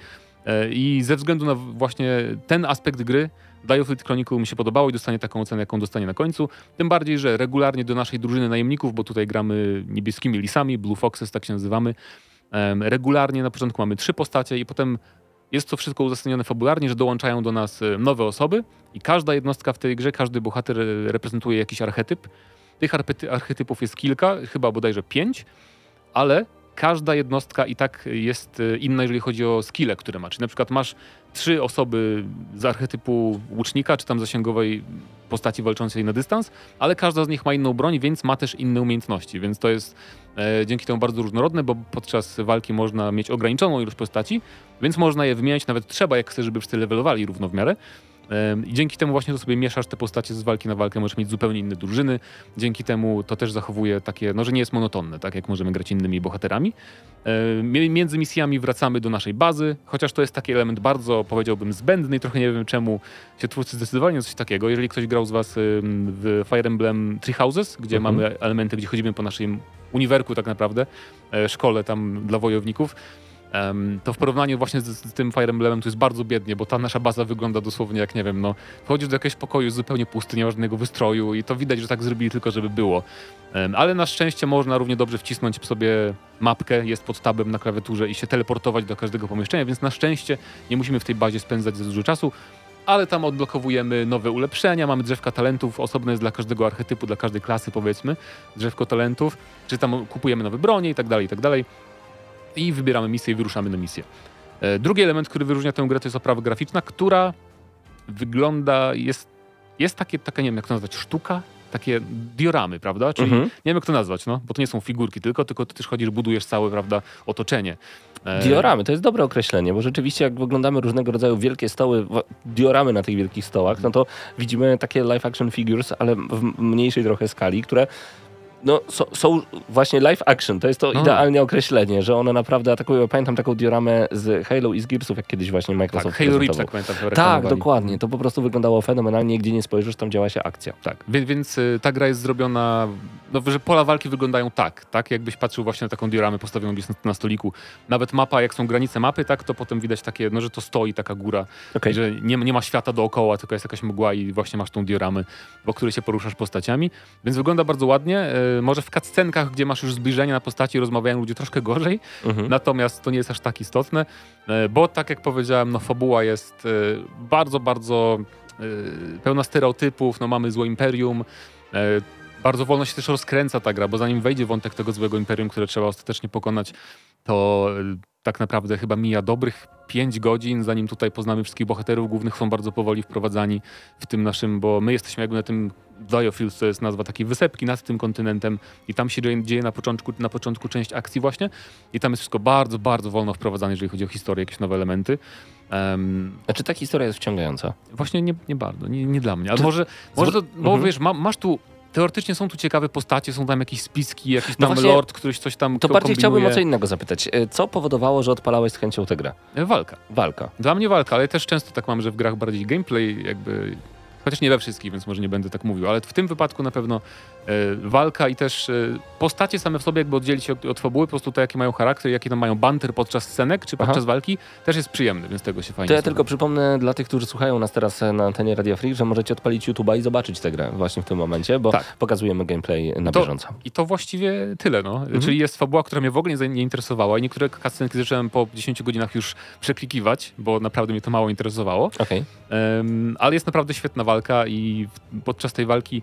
i ze względu na właśnie ten aspekt gry Diefield Chronicle mi się podobało i dostanie taką ocenę, jaką dostanie na końcu. Tym bardziej, że regularnie do naszej drużyny najemników, bo tutaj gramy niebieskimi lisami, Blue Foxes, tak się nazywamy, regularnie na początku mamy 3 postacie i potem jest to wszystko uzasadnione fabularnie, że dołączają do nas nowe osoby i każda jednostka w tej grze, każdy bohater reprezentuje jakiś archetyp. Tych archetypów jest kilka, chyba bodajże 5, ale każda jednostka i tak jest inna, jeżeli chodzi o skille, które ma. Czyli na przykład masz 3 osoby z archetypu łucznika, czy tam zasięgowej postaci walczącej na dystans, ale każda z nich ma inną broń, więc ma też inne umiejętności, więc to jest dzięki temu bardzo różnorodne, bo podczas walki można mieć ograniczoną ilość postaci, więc można je wymieniać, nawet trzeba, jak chcesz, żeby wszyscy levelowali równo w miarę. I dzięki temu właśnie to sobie mieszasz te postacie z walki na walkę, możesz mieć zupełnie inne drużyny. Dzięki temu to też zachowuje takie, no że nie jest monotonne, tak jak możemy grać innymi bohaterami. Między misjami wracamy do naszej bazy, chociaż to jest taki element bardzo, powiedziałbym, zbędny i trochę nie wiem czemu się twórcy zdecydowali na coś takiego. Jeżeli ktoś grał z was w Fire Emblem Three Houses, gdzie mamy elementy, gdzie chodzimy po naszym uniwerku tak naprawdę, szkole tam dla wojowników, to w porównaniu właśnie z tym Fire Emblemem to jest bardzo biednie, bo ta nasza baza wygląda dosłownie jak, nie wiem, no wchodzisz do jakiegoś pokoju zupełnie pusty, nie ma żadnego wystroju i to widać, że tak zrobili tylko, żeby było. Ale na szczęście można równie dobrze wcisnąć sobie mapkę, jest pod tabem na klawiaturze i się teleportować do każdego pomieszczenia, więc na szczęście nie musimy w tej bazie spędzać za dużo czasu, ale tam odblokowujemy nowe ulepszenia, mamy drzewka talentów, osobne jest dla każdego archetypu, dla każdej klasy powiedzmy, drzewko talentów, czy tam kupujemy nowe bronie i tak dalej, i tak dalej. I wybieramy misję i wyruszamy na misję. Drugi element, który wyróżnia tę grę, to jest oprawa graficzna, która wygląda, jest taka, nie wiem jak to nazwać, sztuka, takie dioramy, prawda? Czyli nie wiem jak to nazwać, no, bo to nie są figurki tylko ty też chodzisz, budujesz całe, prawda, otoczenie. Dioramy, to jest dobre określenie, bo rzeczywiście jak oglądamy różnego rodzaju wielkie stoły, dioramy na tych wielkich stołach, no to widzimy takie live action figures, ale w mniejszej trochę skali, które no, są właśnie live action, to jest to idealne określenie, że one naprawdę atakują. Pamiętam taką dioramę z Halo i z Gearsów, jak kiedyś właśnie Microsoft tak, Halo Reach, prezentował. tak pamiętam. Tak, dokładnie. To po prostu wyglądało fenomenalnie, gdzie nie spojrzysz, tam działa się akcja. Tak, więc ta gra jest zrobiona, no, że pola walki wyglądają tak jakbyś patrzył właśnie na taką dioramę postawioną gdzieś na stoliku. Nawet mapa, jak są granice mapy, tak, to potem widać takie, no, że to stoi taka góra, i że nie ma świata dookoła, tylko jest jakaś mgła i właśnie masz tą dioramę, po której się poruszasz postaciami, więc wygląda bardzo ładnie. Może w cutscenkach, gdzie masz już zbliżenie na postaci, rozmawiają ludzie troszkę gorzej, natomiast to nie jest aż tak istotne, bo tak jak powiedziałem, no fabuła jest bardzo, bardzo pełna stereotypów, no mamy złe imperium, bardzo wolno się też rozkręca ta gra, bo zanim wejdzie wątek tego złego imperium, które trzeba ostatecznie pokonać, to tak naprawdę chyba mija dobrych 5 godzin, zanim tutaj poznamy wszystkich bohaterów głównych, są bardzo powoli wprowadzani w tym naszym, bo my jesteśmy jakby na tym Diefield, to jest nazwa takiej wysepki nad tym kontynentem i tam się dzieje na początku część akcji właśnie i tam jest wszystko bardzo, bardzo wolno wprowadzane, jeżeli chodzi o historię, jakieś nowe elementy. Czy ta historia jest wciągająca? Właśnie nie bardzo, nie dla mnie. Ale może to, bo wiesz, masz tu Teoretycznie są tu ciekawe postacie, są tam jakieś spiski, jakiś No tam właśnie, lord, któryś coś tam To bardziej chciałbym o kombinuje. co innego zapytać. Co powodowało, że odpalałeś z chęcią tę grę? Walka. Walka. Dla mnie walka, ale też często tak mam, że w grach bardziej gameplay jakby... Chociaż nie we wszystkich, więc może nie będę tak mówił, ale w tym wypadku na pewno walka i też postacie same w sobie jakby oddzielić się od fabuły, po prostu to jaki mają charakter, jaki tam mają banter podczas scenek czy podczas walki, też jest przyjemny, więc tego się fajnie To ja słucha. tylko przypomnę dla tych, którzy słuchają nas teraz na antenie Radia Free, że możecie odpalić YouTube'a i zobaczyć tę grę właśnie w tym momencie, bo Tak. pokazujemy gameplay na bieżąco. I to właściwie tyle, no. Czyli jest fabuła, która mnie w ogóle nie interesowała i niektóre cutscenki zacząłem po 10 godzinach już przeklikiwać, bo naprawdę mnie to mało interesowało. Okej. Ale jest naprawdę świetna walka i podczas tej walki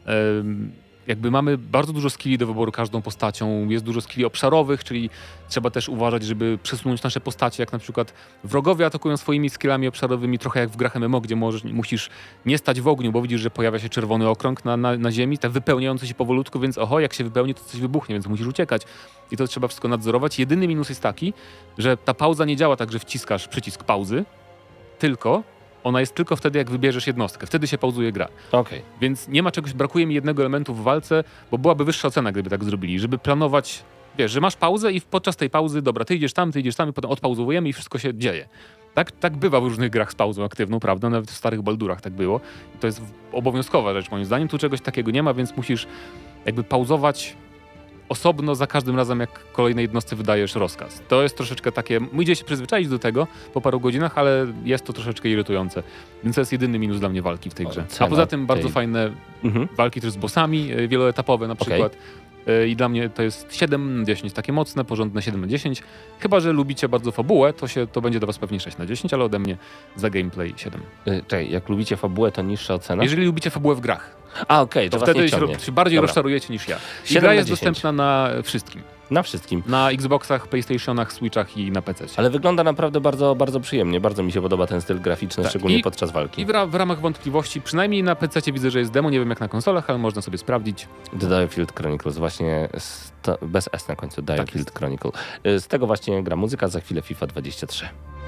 jakby mamy bardzo dużo skilli do wyboru każdą postacią. Jest dużo skilli obszarowych, czyli trzeba też uważać, żeby przesunąć nasze postacie, jak na przykład wrogowie atakują swoimi skillami obszarowymi, trochę jak w grach MMO, gdzie musisz nie stać w ogniu, bo widzisz, że pojawia się czerwony okrąg na ziemi, tak wypełniający się powolutku, więc jak się wypełni, to coś wybuchnie, więc musisz uciekać. I to trzeba wszystko nadzorować. Jedyny minus jest taki, że ta pauza nie działa tak, że wciskasz przycisk pauzy, tylko ona jest tylko wtedy, jak wybierzesz jednostkę. Wtedy się pauzuje gra. Okej. Więc nie ma czegoś, brakuje mi jednego elementu w walce, bo byłaby wyższa ocena, gdyby tak zrobili, żeby planować, wiesz, że masz pauzę i podczas tej pauzy, dobra, ty idziesz tam i potem odpauzowujemy i wszystko się dzieje. Tak bywa w różnych grach z pauzą aktywną, prawda? Nawet w starych Baldurach tak było. I to jest obowiązkowa rzecz moim zdaniem. Tu czegoś takiego nie ma, więc musisz jakby pauzować osobno za każdym razem, jak kolejnej jednostce wydajesz rozkaz. To jest troszeczkę takie, idzie się przyzwyczaić do tego po paru godzinach, ale jest to troszeczkę irytujące. Więc to jest jedyny minus dla mnie walki w tej grze. A poza tym bardzo fajne walki też z bossami, wieloetapowe na przykład. I dla mnie to jest 7/10, takie mocne, porządne 7/10. Chyba że lubicie bardzo fabułę, to będzie dla was pewnie 6/10, ale ode mnie za gameplay 7. Czekaj, jak lubicie fabułę, to niższa ocena? Jeżeli lubicie fabułę w grach, Okej, to was wtedy nie ciągnie. się bardziej Dobra. rozczarujecie niż ja. I 7 gra na jest 10. dostępna na wszystkim. Na wszystkim. Na Xboxach, PlayStationach, Switchach i na PC. Ale wygląda naprawdę bardzo, bardzo przyjemnie. Bardzo mi się podoba ten styl graficzny, Tak. szczególnie I- podczas walki. I w ramach wątpliwości, przynajmniej na PC widzę, że jest demo, nie wiem jak na konsolach, ale można sobie sprawdzić. The Direfield Chronicles, właśnie bez S na końcu, Direfield Chronicle. Z tego właśnie gra muzyka, za chwilę FIFA 23.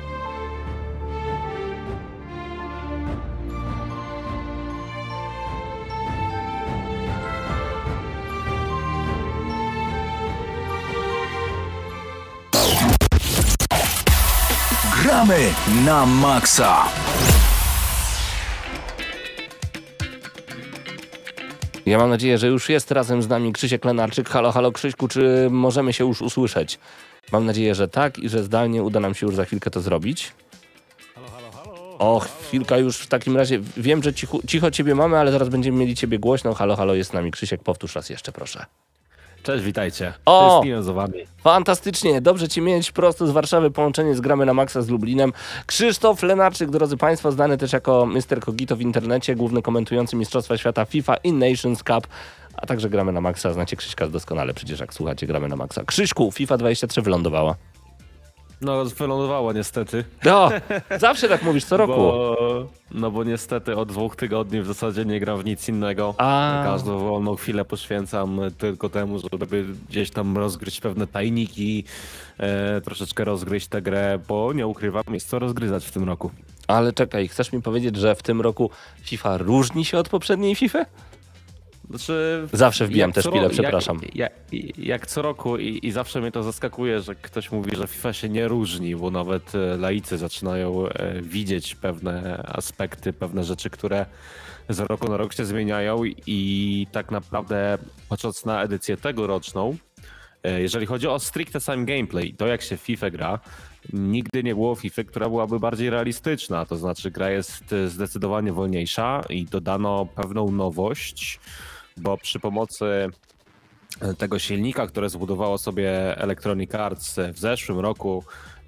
Gramy na maksa. Ja mam nadzieję, że już jest razem z nami Krzysiek Lenarczyk. Halo, halo Krzyśku, czy możemy się już usłyszeć? Mam nadzieję, że tak i że zdalnie uda nam się już za chwilkę to zrobić. O, chwilka już w takim razie. Wiem, że cicho ciebie mamy, ale zaraz będziemy mieli ciebie głośno. Halo, halo, jest z nami Krzysiek. Powtórz raz jeszcze, proszę. Cześć, witajcie. O! To jest Steven z wami. Fantastycznie, dobrze Cię mieć prosto z Warszawy, połączenie z Gramy na Maxa z Lublinem. Krzysztof Lenarczyk, drodzy Państwo, znany też jako Mr. Kogito w internecie, główny komentujący Mistrzostwa Świata FIFA i Nations Cup, a także Gramy na Maxa. Znacie Krzyśka doskonale, przecież jak słuchacie Gramy na Maxa. Krzyśku, FIFA 23 wylądowała. No, wylądowało niestety. No, zawsze tak mówisz co roku. Bo niestety od 2 tygodni w zasadzie nie gram w nic innego. A. Każdą wolną chwilę poświęcam tylko temu, żeby gdzieś tam rozgryźć pewne tajniki, troszeczkę rozgryźć tę grę, bo nie ukrywam, jest co rozgryzać w tym roku. Ale czekaj, chcesz mi powiedzieć, że w tym roku FIFA różni się od poprzedniej FIFA? Znaczy, Zawsze wbijam jak tę co szpilę, ro- przepraszam. Jak co roku i zawsze mnie to zaskakuje, że ktoś mówi, że FIFA się nie różni, bo nawet laicy zaczynają widzieć pewne aspekty, pewne rzeczy, które z roku na rok się zmieniają i tak naprawdę patrząc na edycję tegoroczną, jeżeli chodzi o stricte sam gameplay, to jak się w FIFA gra, nigdy nie było FIFA, która byłaby bardziej realistyczna, to znaczy gra jest zdecydowanie wolniejsza i dodano pewną nowość, bo przy pomocy tego silnika, które zbudowało sobie Electronic Arts w zeszłym roku,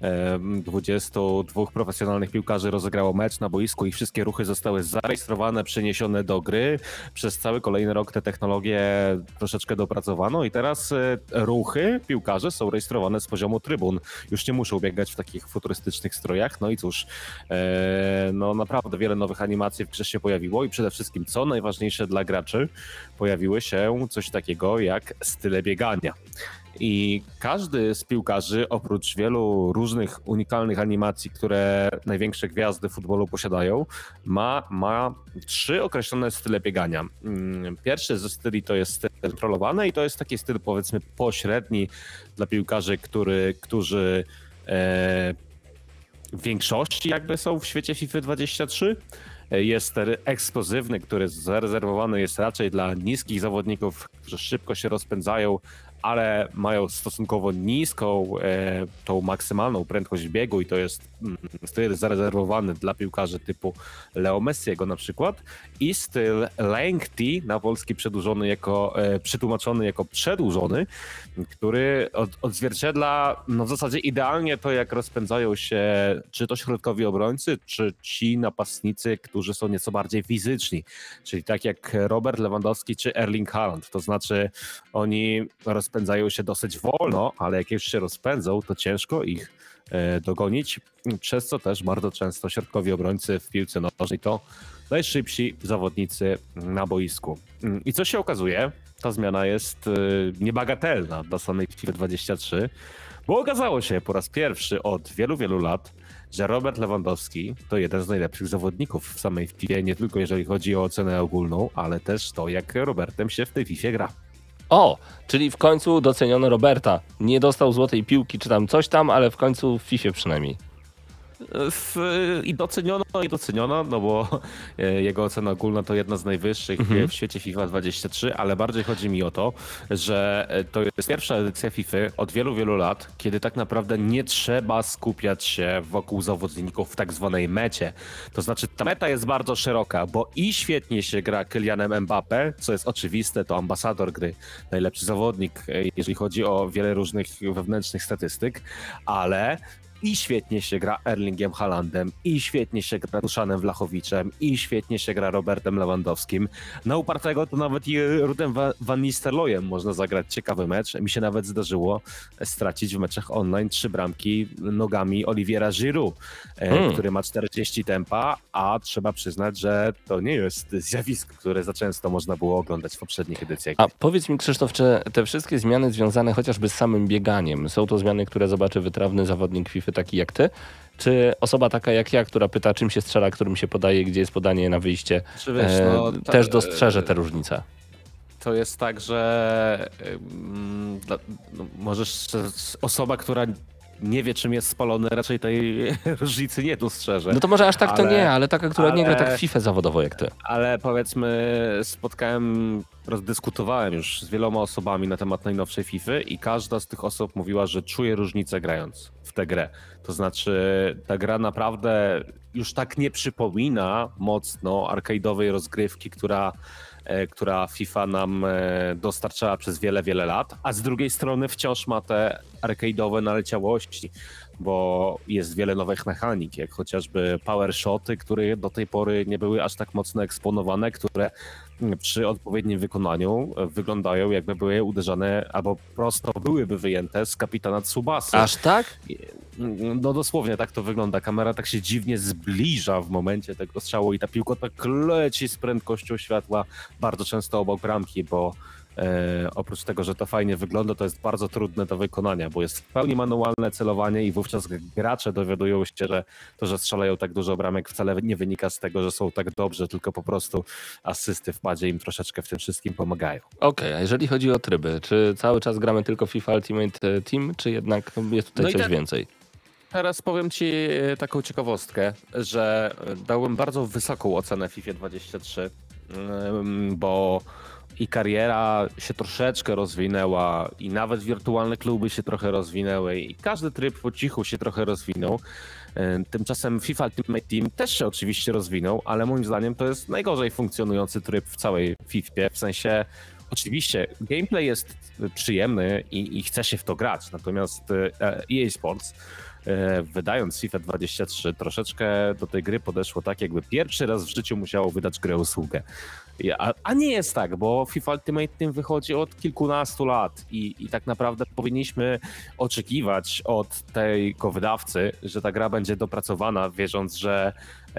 22 profesjonalnych piłkarzy rozegrało mecz na boisku i wszystkie ruchy zostały zarejestrowane, przeniesione do gry. Przez cały kolejny rok te technologie troszeczkę dopracowano i teraz ruchy piłkarzy są rejestrowane z poziomu trybun. Już nie muszą biegać w takich futurystycznych strojach. No i cóż, no naprawdę wiele nowych animacji w grze się pojawiło i przede wszystkim, co najważniejsze dla graczy, pojawiły się coś takiego jak style biegania. I każdy z piłkarzy, oprócz wielu różnych unikalnych animacji, które największe gwiazdy futbolu posiadają, ma 3 określone style biegania. Pierwszy ze styli to jest styl kontrolowany i to jest taki styl, powiedzmy, pośredni dla piłkarzy, którzy w większości jakby są w świecie FIFA 23. Jest eksplozywny, który zarezerwowany jest raczej dla niskich zawodników, którzy szybko się rozpędzają, ale mają stosunkowo niską, tą maksymalną prędkość biegu i to jest styl zarezerwowany dla piłkarzy typu Leo Messiego na przykład, i styl lengthy, na polski przetłumaczony jako przedłużony, który odzwierciedla w zasadzie idealnie to, jak rozpędzają się czy to środkowi obrońcy, czy ci napastnicy, którzy są nieco bardziej fizyczni, czyli tak jak Robert Lewandowski czy Erling Haaland, to znaczy oni rozpędzają się dosyć wolno, ale jak już się rozpędzą, to ciężko ich dogonić, przez co też bardzo często środkowi obrońcy w piłce nożnej to najszybsi zawodnicy na boisku. I co się okazuje, ta zmiana jest niebagatelna dla samej FIFA 23, bo okazało się po raz pierwszy od wielu, wielu lat, że Robert Lewandowski to jeden z najlepszych zawodników w samej FIFA, nie tylko jeżeli chodzi o ocenę ogólną, ale też to, jak Robertem się w tej FIFA gra. O, czyli w końcu doceniono Roberta. Nie dostał złotej piłki czy tam coś tam, ale w końcu w FIFA przynajmniej. I doceniono, no bo jego ocena ogólna to jedna z najwyższych w świecie FIFA 23, ale bardziej chodzi mi o to, że to jest pierwsza edycja FIFA od wielu, wielu lat, kiedy tak naprawdę nie trzeba skupiać się wokół zawodników w tak zwanej mecie. To znaczy ta meta jest bardzo szeroka, bo i świetnie się gra Kylianem Mbappé, co jest oczywiste, to ambasador gry, najlepszy zawodnik, jeżeli chodzi o wiele różnych wewnętrznych statystyk, ale i świetnie się gra Erlingiem Haalandem, i świetnie się gra Duszanem Wlachowiczem, i świetnie się gra Robertem Lewandowskim. Na upartego to nawet i Rudem Van Nistelrooyem można zagrać ciekawy mecz. Mi się nawet zdarzyło stracić w meczach online 3 bramki nogami Oliviera Giroud, który ma 40 tempa, a trzeba przyznać, że to nie jest zjawisko, które za często można było oglądać w poprzednich edycjach. A powiedz mi, Krzysztof, czy te wszystkie zmiany związane chociażby z samym bieganiem, są to zmiany, które zobaczy wytrawny zawodnik FIFA taki jak ty, czy osoba taka jak ja, która pyta, czym się strzela, którym się podaje, gdzie jest podanie na wyjście, też dostrzeże te różnice? To jest tak, że możesz osoba, która nie wie, czym jest spalony, raczej tej różnicy nie dostrzeże. No to może aż tak to nie, ale taka, która nie gra tak w FIFA zawodowo jak ty. Ale powiedzmy, rozdyskutowałem już z wieloma osobami na temat najnowszej FIFA i każda z tych osób mówiła, że czuje różnicę grając w tę grę. To znaczy ta gra naprawdę już tak nie przypomina mocno arcade'owej rozgrywki, która FIFA nam dostarczała przez wiele, wiele lat, a z drugiej strony wciąż ma te arcade'owe naleciałości, bo jest wiele nowych mechanik, jak chociażby power shoty, które do tej pory nie były aż tak mocno eksponowane, które przy odpowiednim wykonaniu wyglądają, jakby były uderzane albo prosto byłyby wyjęte z kapitana Tsubasy. Aż tak? No dosłownie tak to wygląda. Kamera tak się dziwnie zbliża w momencie tego strzału i ta piłka tak leci z prędkością światła bardzo często obok bramki, bo oprócz tego, że to fajnie wygląda, to jest bardzo trudne do wykonania, bo jest w pełni manualne celowanie i wówczas gracze dowiadują się, że to, że strzelają tak dużo bramek, wcale nie wynika z tego, że są tak dobrze, tylko po prostu asysty w padzie im troszeczkę w tym wszystkim pomagają. Okej, a jeżeli chodzi o tryby, czy cały czas gramy tylko FIFA Ultimate Team, czy jednak jest tutaj coś więcej? Teraz powiem ci taką ciekawostkę, że dałem bardzo wysoką ocenę FIFA 23, bo i kariera się troszeczkę rozwinęła i nawet wirtualne kluby się trochę rozwinęły i każdy tryb po cichu się trochę rozwinął. Tymczasem FIFA Ultimate Team też się oczywiście rozwinął, ale moim zdaniem to jest najgorzej funkcjonujący tryb w całej FIFA. W sensie, oczywiście gameplay jest przyjemny i chce się w to grać, natomiast EA Sports, wydając FIFA 23, troszeczkę do tej gry podeszło tak, jakby pierwszy raz w życiu musiało wydać grę usługę. A nie jest tak, bo FIFA Ultimate Team wychodzi od kilkunastu lat i tak naprawdę powinniśmy oczekiwać od tego wydawcy, że ta gra będzie dopracowana, wierząc, że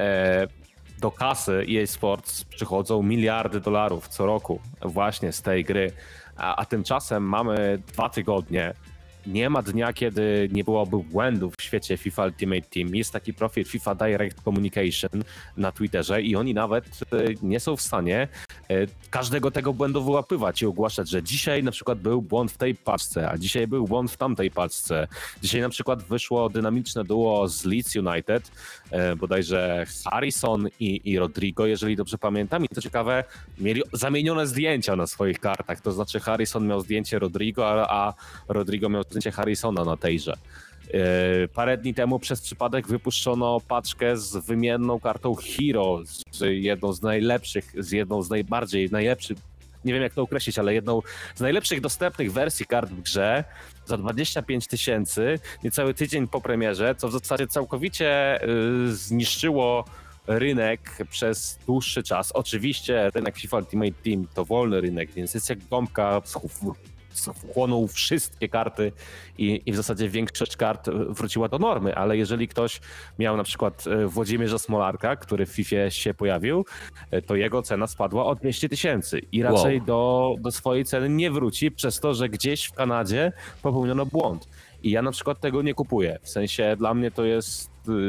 do kasy EA Sports przychodzą miliardy dolarów co roku właśnie z tej gry, a tymczasem mamy 2 tygodnie. Nie ma dnia, kiedy nie byłoby błędów w świecie FIFA Ultimate Team. Jest taki profil FIFA Direct Communication na Twitterze i oni nawet nie są w stanie każdego tego błędu wyłapywać i ogłaszać, że dzisiaj na przykład był błąd w tej paczce, a dzisiaj był błąd w tamtej paczce. Dzisiaj na przykład wyszło dynamiczne duo z Leeds United, bodajże Harrison i Rodrigo, jeżeli dobrze pamiętam. I to ciekawe, mieli zamienione zdjęcia na swoich kartach. To znaczy Harrison miał zdjęcie Rodrigo, a Rodrigo miał zdjęcie Harrisona na tejże. Parę dni temu przez przypadek wypuszczono paczkę z wymienną kartą Hero, z jedną z najlepszych, najlepszych, nie wiem jak to określić, ale jedną z najlepszych dostępnych wersji kart w grze za 25 000, niecały tydzień po premierze, co w zasadzie całkowicie zniszczyło rynek przez dłuższy czas. Oczywiście rynek FIFA Ultimate Team to wolny rynek, więc jest jak gąbka, wchłonął wszystkie karty i w zasadzie większość kart wróciła do normy, ale jeżeli ktoś miał na przykład Włodzimierza Smolarka, który w FIFA się pojawił, to jego cena spadła o 200 000 i raczej do swojej ceny nie wróci przez to, że gdzieś w Kanadzie popełniono błąd. I ja na przykład tego nie kupuję. W sensie dla mnie to jest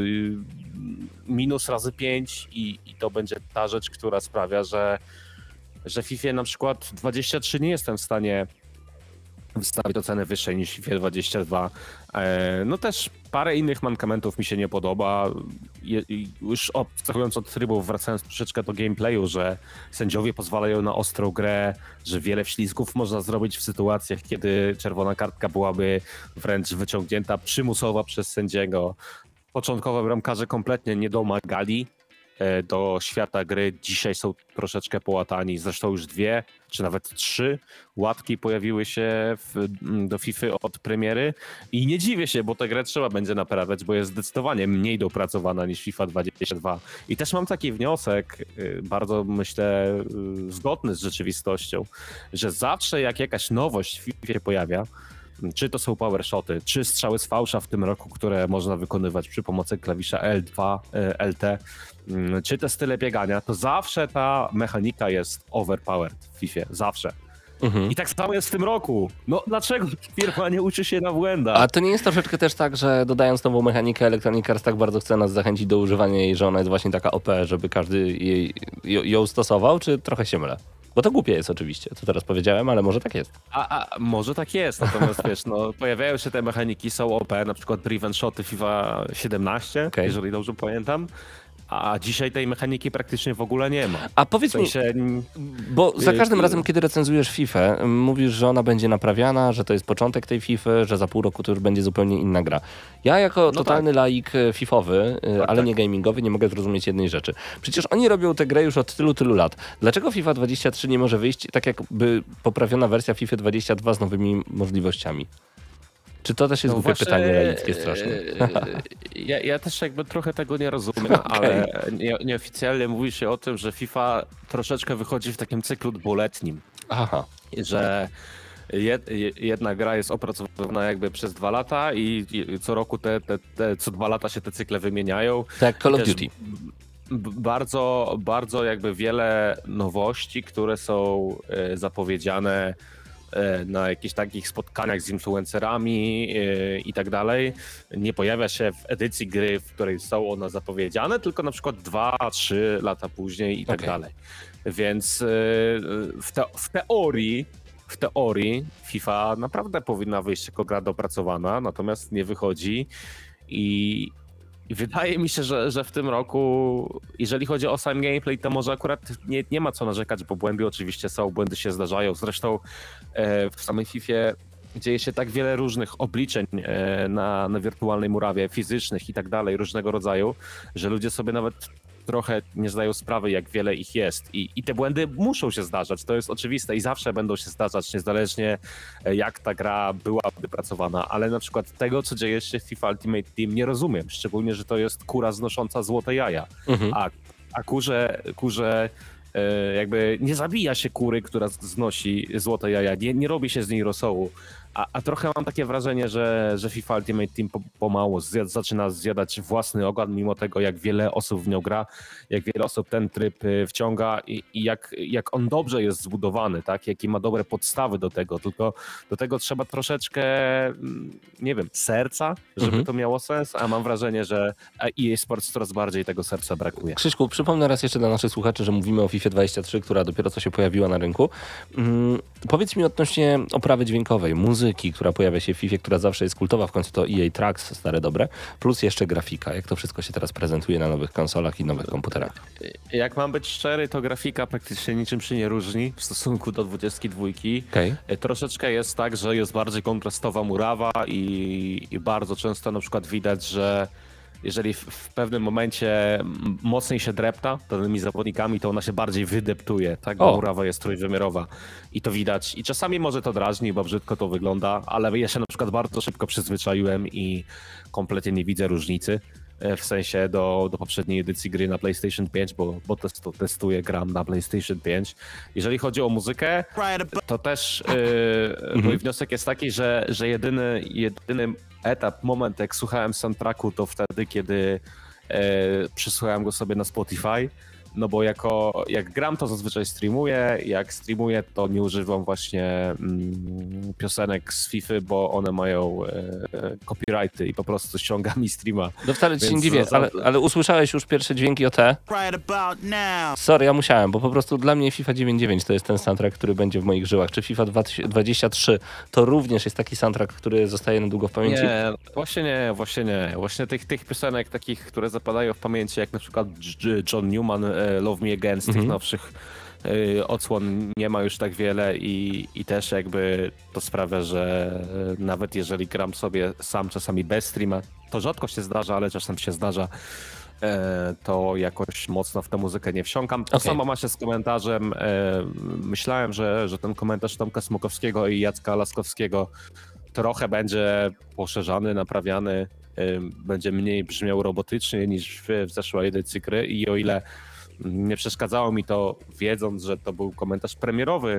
minus razy 5 i to będzie ta rzecz, która sprawia, że w FIFA na przykład 23 nie jestem w stanie wystawić oceny wyższej niż FIFA 22. No też parę innych mankamentów mi się nie podoba. Już abstrahując od trybów, wracając troszeczkę do gameplayu, że sędziowie pozwalają na ostrą grę, że wiele wślizgów można zrobić w sytuacjach, kiedy czerwona kartka byłaby wręcz wyciągnięta przymusowo przez sędziego. Początkowo bramkarze kompletnie nie domagali do świata gry. Dzisiaj są troszeczkę połatani. Zresztą już 2 czy nawet 3 łatki pojawiły się do FIFA od premiery i nie dziwię się, bo tę grę trzeba będzie naprawiać, bo jest zdecydowanie mniej dopracowana niż FIFA 22. I też mam taki wniosek, bardzo myślę zgodny z rzeczywistością, że zawsze jak jakaś nowość w FIFA się pojawia, czy to są power shoty, czy strzały z fałsza w tym roku, które można wykonywać przy pomocy klawisza L2, LT, czy te style biegania, to zawsze ta mechanika jest overpowered w FIFA, zawsze. I tak samo jest w tym roku. No dlaczego firma nie uczy się na błędach? A to nie jest troszeczkę też tak, że dodając nową mechanikę Electronic Arts tak bardzo chce nas zachęcić do używania jej, że ona jest właśnie taka OP, żeby każdy ją stosował, czy trochę się mylę? Bo to głupie jest oczywiście, co teraz powiedziałem, ale może tak jest. A może tak jest, natomiast wiesz, no pojawiają się te mechaniki, są OP, na przykład driven shoty FIFA 17, jeżeli dobrze pamiętam. A dzisiaj tej mechaniki praktycznie w ogóle nie ma. A powiedz mi, bo za każdym razem, kiedy recenzujesz FIFA, mówisz, że ona będzie naprawiana, że to jest początek tej FIFA, że za pół roku to już będzie zupełnie inna gra. Ja jako totalny laik fifowy, ale nie gamingowy, nie mogę zrozumieć jednej rzeczy. Przecież oni robią tę grę już od tylu lat. Dlaczego FIFA 23 nie może wyjść tak jakby poprawiona wersja FIFA 22 z nowymi możliwościami? Czy to też jest głupie pytanie laickie straszne? Ja też jakby trochę tego nie rozumiem, ale nieoficjalnie mówi się o tym, że FIFA troszeczkę wychodzi w takim cyklu dwuletnim. Aha. Że jedna gra jest opracowywana jakby przez 2 lata i co roku co 2 lata się te cykle wymieniają. Tak, Call of Duty. Bardzo jakby wiele nowości, które są zapowiedziane na jakichś takich spotkaniach z influencerami i tak dalej, nie pojawia się w edycji gry, w której są one zapowiedziane, tylko na przykład 2-3 lata później i tak dalej. Więc w teorii FIFA naprawdę powinna wyjść jako gra dopracowana, natomiast nie wychodzi i wydaje mi się, że w tym roku, jeżeli chodzi o sam gameplay, to może akurat nie ma co narzekać, bo błędy oczywiście są, błędy się zdarzają. Zresztą w samej Fifie dzieje się tak wiele różnych obliczeń na wirtualnej murawie, fizycznych i tak dalej, różnego rodzaju, że ludzie sobie nawet trochę nie zdają sprawy, jak wiele ich jest. I te błędy muszą się zdarzać, to jest oczywiste i zawsze będą się zdarzać, niezależnie jak ta gra była wypracowana, ale na przykład tego, co dzieje się w FIFA Ultimate Team nie rozumiem, szczególnie, że to jest kura znosząca złote jaja, a kurze jakby nie zabija się kury, która znosi złote jaja, nie robi się z niej rosołu. A trochę mam takie wrażenie, że FIFA Ultimate Team pomału zaczyna zjadać własny ogon, mimo tego, jak wiele osób w nią gra, jak wiele osób ten tryb wciąga i jak on dobrze jest zbudowany, tak? Jakie ma dobre podstawy do tego, tylko do tego trzeba troszeczkę, nie wiem, serca, żeby to miało sens, a mam wrażenie, że EA Sports coraz bardziej tego serca brakuje. Krzyszku, przypomnę raz jeszcze dla naszych słuchaczy, że mówimy o FIFA 23, która dopiero co się pojawiła na rynku. Powiedz mi odnośnie oprawy dźwiękowej, muzyki, która pojawia się w FIFA, która zawsze jest kultowa, w końcu to EA Tracks, stare dobre, plus jeszcze grafika. Jak to wszystko się teraz prezentuje na nowych konsolach i nowych komputerach? Jak mam być szczery, to grafika praktycznie niczym się nie różni w stosunku do 22. Okay. Troszeczkę jest tak, że jest bardziej kontrastowa murawa i bardzo często na przykład widać, że jeżeli w pewnym momencie mocniej się drepta danymi zawodnikami, to ona się bardziej wydeptuje, tak? Bo murawa jest trójwymiarowa i to widać. I czasami może to drażni, bo brzydko to wygląda, ale ja się na przykład bardzo szybko przyzwyczaiłem i kompletnie nie widzę różnicy. W sensie do poprzedniej edycji gry na PlayStation 5, bo testuję, gram na PlayStation 5. Jeżeli chodzi o muzykę, to też mój wniosek jest taki, że jedyny moment, jak słuchałem soundtracku, to wtedy, kiedy przesłuchałem go sobie na Spotify. No bo jak gram, to zazwyczaj streamuję, jak streamuję, to nie używam właśnie piosenek z FIFA, bo one mają copyrighty i po prostu ściąga mi streama. No wcale ci się nie dziwię, ale usłyszałeś już pierwsze dźwięki o te? Sorry, ja musiałem, bo po prostu dla mnie FIFA 9.9 to jest ten soundtrack, który będzie w moich żyłach. Czy FIFA 23 to również jest taki soundtrack, który zostaje na długo w pamięci? Nie, właśnie nie. Właśnie tych piosenek takich, które zapadają w pamięci, jak na przykład John Newman, Love Me Again, z tych nowszych odsłon nie ma już tak wiele i też jakby to sprawia, że nawet jeżeli gram sobie sam czasami bez streama, to rzadko się zdarza, ale czasem się zdarza, to jakoś mocno w tę muzykę nie wsiąkam. To samo ma się z komentarzem. Myślałem, że ten komentarz Tomka Smokowskiego i Jacka Laskowskiego trochę będzie poszerzany, naprawiany, będzie mniej brzmiał robotycznie niż w zeszłej edycji gry i o ile nie przeszkadzało mi to, wiedząc, że to był komentarz premierowy,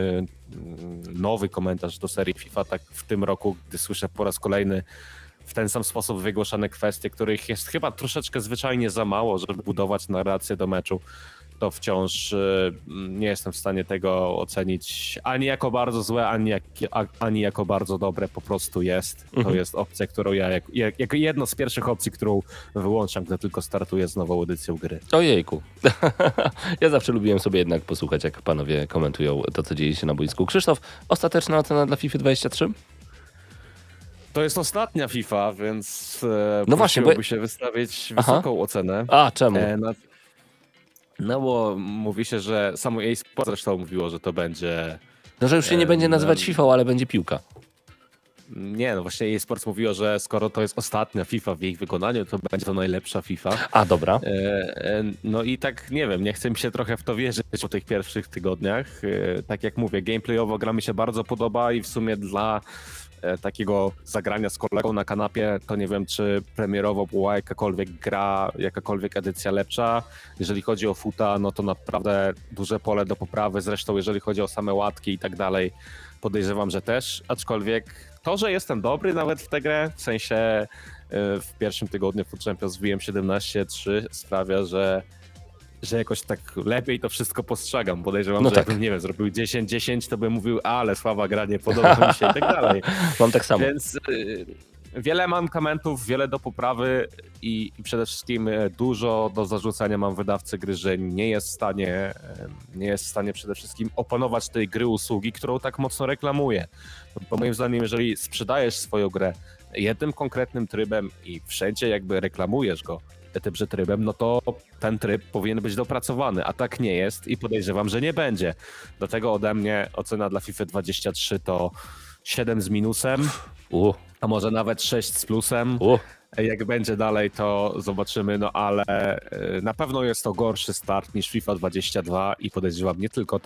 nowy komentarz do serii FIFA, tak w tym roku, gdy słyszę po raz kolejny w ten sam sposób wygłaszane kwestie, których jest chyba troszeczkę zwyczajnie za mało, żeby budować narrację do meczu, to wciąż nie jestem w stanie tego ocenić ani jako bardzo złe, ani jako bardzo dobre. Po prostu jest. To jest opcja, którą ja jako jedno z pierwszych opcji, którą wyłączam, gdy tylko startuję z nową edycją gry. Ojejku. Ja zawsze lubiłem sobie jednak posłuchać, jak panowie komentują to, co dzieje się na boisku. Krzysztof, ostateczna ocena dla FIFA 23? To jest ostatnia FIFA, więc no właśnie, się wystawić wysoką ocenę. A, czemu? No bo mówi się, że samo EA Sports zresztą mówiło, że to będzie... No, że już się nie będzie nazywać FIFA, ale będzie piłka. Nie, no właśnie EA Sports mówiło, że skoro to jest ostatnia FIFA w ich wykonaniu, to będzie to najlepsza FIFA. A, dobra. No i tak, nie wiem, nie chcę mi się trochę w to wierzyć po tych pierwszych tygodniach. Tak jak mówię, gameplayowo gra mi się bardzo podoba i w sumie dla takiego zagrania z kolegą na kanapie, to nie wiem, czy premierowo była jakakolwiek gra, jakakolwiek edycja lepsza. Jeżeli chodzi o futa, no to naprawdę duże pole do poprawy. Zresztą jeżeli chodzi o same łatki i tak dalej, podejrzewam, że też. Aczkolwiek to, że jestem dobry nawet w tę grę, w sensie w pierwszym tygodniu Foot Champions wbiłem 17-3, sprawia, że jakoś tak lepiej to wszystko postrzegam. Podejrzewam, że jakbym, nie wiem, zrobił 10-10, to bym mówił, ale słaba gra, nie podoba mi się i tak dalej. Mam tak samo. Więc wiele mankamentów, wiele do poprawy i przede wszystkim dużo do zarzucania mam wydawcy gry, że nie jest w stanie przede wszystkim opanować tej gry usługi, którą tak mocno reklamuje. Bo moim zdaniem, jeżeli sprzedajesz swoją grę jednym konkretnym trybem i wszędzie jakby reklamujesz go tymże trybem, no to ten tryb powinien być dopracowany, a tak nie jest i podejrzewam, że nie będzie. Dlatego ode mnie ocena dla FIFA 23 to 7 z minusem, a może nawet 6 z plusem. Jak będzie dalej, to zobaczymy, no ale na pewno jest to gorszy start niż FIFA 22 i podejrzewam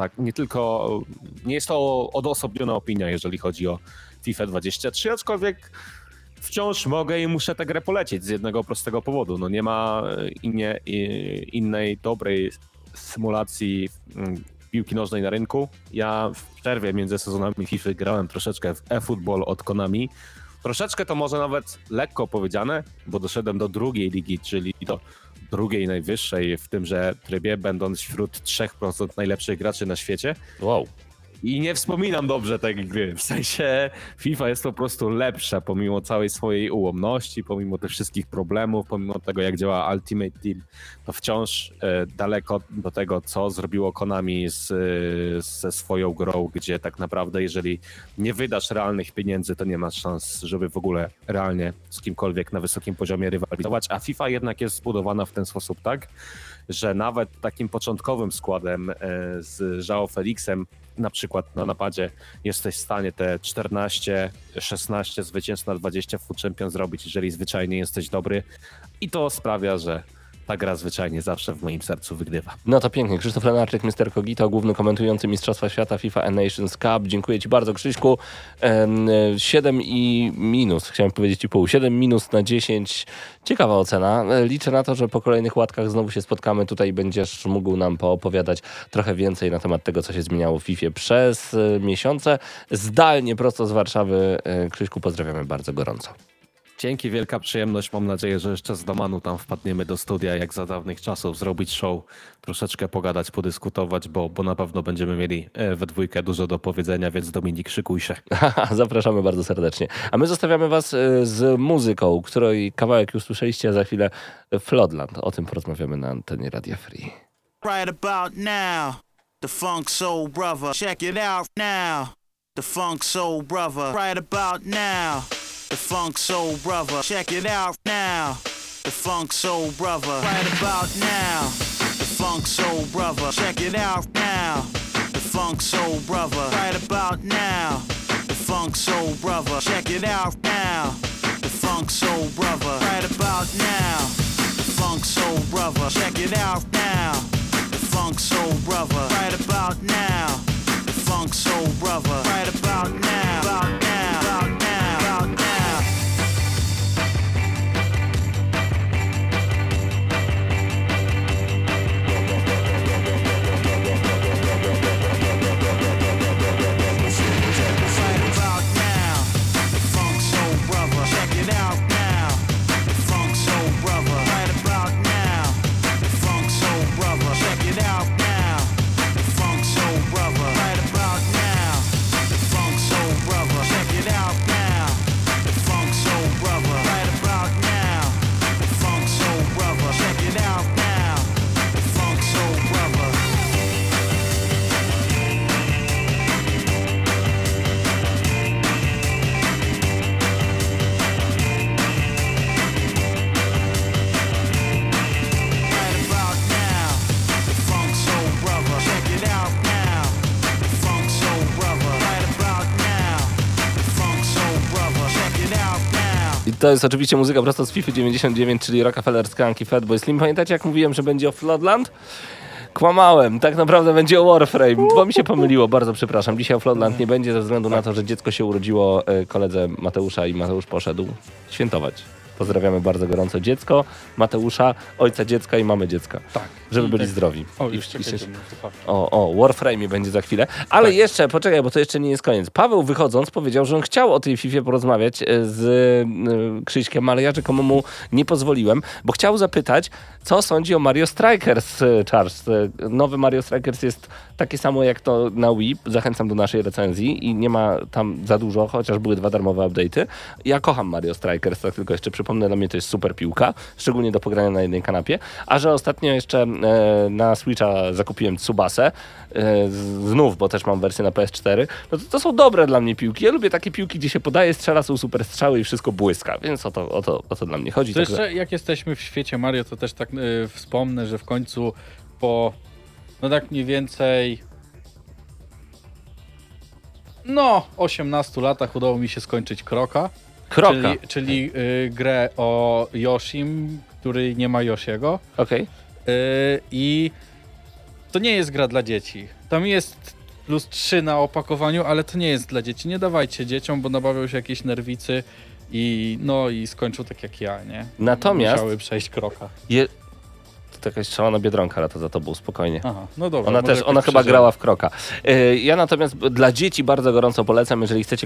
nie jest to odosobniona opinia, jeżeli chodzi o FIFA 23, aczkolwiek wciąż mogę i muszę tę grę polecieć z jednego prostego powodu. No nie ma innej dobrej symulacji piłki nożnej na rynku. Ja w przerwie między sezonami FIFA grałem troszeczkę w eFootball od Konami. Troszeczkę to może nawet lekko powiedziane, bo doszedłem do drugiej ligi, czyli do drugiej najwyższej w tymże trybie, będąc wśród 3% najlepszych graczy na świecie. Wow. I nie wspominam dobrze tej gry, w sensie FIFA jest po prostu lepsza pomimo całej swojej ułomności, pomimo tych wszystkich problemów, pomimo tego jak działa Ultimate Team, to wciąż daleko do tego, co zrobiło Konami ze swoją grą, gdzie tak naprawdę jeżeli nie wydasz realnych pieniędzy, to nie masz szans, żeby w ogóle realnie z kimkolwiek na wysokim poziomie rywalizować, a FIFA jednak jest zbudowana w ten sposób tak, że nawet takim początkowym składem z João Felixem, na przykład na napadzie, jesteś w stanie te 14-16 zwycięstw na 20 w Foot Champions zrobić, jeżeli zwyczajnie jesteś dobry. I to sprawia, że ta gra zwyczajnie zawsze w moim sercu wygrywa. No to pięknie. Krzysztof Lenarczyk, Mr. Kogito, główny komentujący Mistrzostwa Świata FIFA and Nations Cup. Dziękuję Ci bardzo, Krzyśku. 7 i minus, chciałem powiedzieć i pół. 7 minus na 10. Ciekawa ocena. Liczę na to, że po kolejnych łatkach znowu się spotkamy. Tutaj będziesz mógł nam poopowiadać trochę więcej na temat tego, co się zmieniało w FIFA przez miesiące. Zdalnie, prosto z Warszawy. Krzyśku, pozdrawiamy bardzo gorąco. Dzięki, wielka przyjemność. Mam nadzieję, że jeszcze z Domanu tam wpadniemy do studia, jak za dawnych czasów, zrobić show, troszeczkę pogadać, podyskutować, bo na pewno będziemy mieli we dwójkę dużo do powiedzenia, więc Dominik, szykuj się. Zapraszamy bardzo serdecznie. A my zostawiamy was z muzyką, której kawałek już słyszeliście, a za chwilę Floodland. O tym porozmawiamy na antenie Radia Free. Right about now, the Funk Soul Brother. Check it out now, the Funk Soul Brother. Right about now, the Funk Soul Brother. Check it out now, the Funk Soul Brother. Right about now, the Funk Soul Brother. Check it out now, the Funk Soul Brother. Right about now, the Funk Soul Brother. Check it out now, the Funk Soul Brother. Right about now, the Funk Soul Brother. Check it out now, the Funk Soul Brother. Right about now, the Funk Soul Brother. Right about now, about now, about now, about now. To jest oczywiście muzyka prosto z FIFA 99, czyli Rockefeller, Skunk i Fatboy Slim. Pamiętacie, jak mówiłem, że będzie o Floodland? Kłamałem, tak naprawdę będzie o Warframe, bo mi się pomyliło, bardzo przepraszam. Dzisiaj o Floodland nie będzie ze względu na to, że dziecko się urodziło koledze Mateusza i Mateusz poszedł świętować. Pozdrawiamy bardzo gorąco dziecko, Mateusza, ojca dziecka i mamy dziecka. Tak. Żeby byli zdrowi. O Warframe będzie za chwilę. Ale tak. Jeszcze, poczekaj, bo to jeszcze nie jest koniec. Paweł wychodząc powiedział, że on chciał o tej FIFA porozmawiać z Krzyśkiem, ale ja rzekomo mu nie pozwoliłem, bo chciał zapytać, co sądzi o Mario Strikers Charge. Nowy Mario Strikers jest takie samo jak to na Wii. Zachęcam do naszej recenzji i nie ma tam za dużo, chociaż były 2 darmowe update'y. Ja kocham Mario Strikers, tak tylko jeszcze przypomnę, dla mnie to jest super piłka, szczególnie do pogrania na jednej kanapie. A że ostatnio jeszcze na Switcha zakupiłem Tsubasę, znów, bo też mam wersję na PS4, no to są dobre dla mnie piłki. Ja lubię takie piłki, gdzie się podaje, strzela, są super strzały i wszystko błyska, więc o to dla mnie chodzi. To jeszcze jak jesteśmy w świecie Mario, to też tak wspomnę, że w końcu po tak mniej więcej 18 latach udało mi się skończyć Kroka. Czyli grę o Yoshim, który nie ma Yoshiego. Okej. I to nie jest gra dla dzieci. Tam jest +3 na opakowaniu, ale to nie jest dla dzieci. Nie dawajcie dzieciom, bo nabawią się jakieś nerwicy i skończą tak jak ja, nie? Natomiast musiały przejść Kroka. to jakaś szalona Biedronka lata za tobą, spokojnie. Aha, no dobra. Ona chyba grała w Kroka. Ja natomiast dla dzieci bardzo gorąco polecam, jeżeli chcecie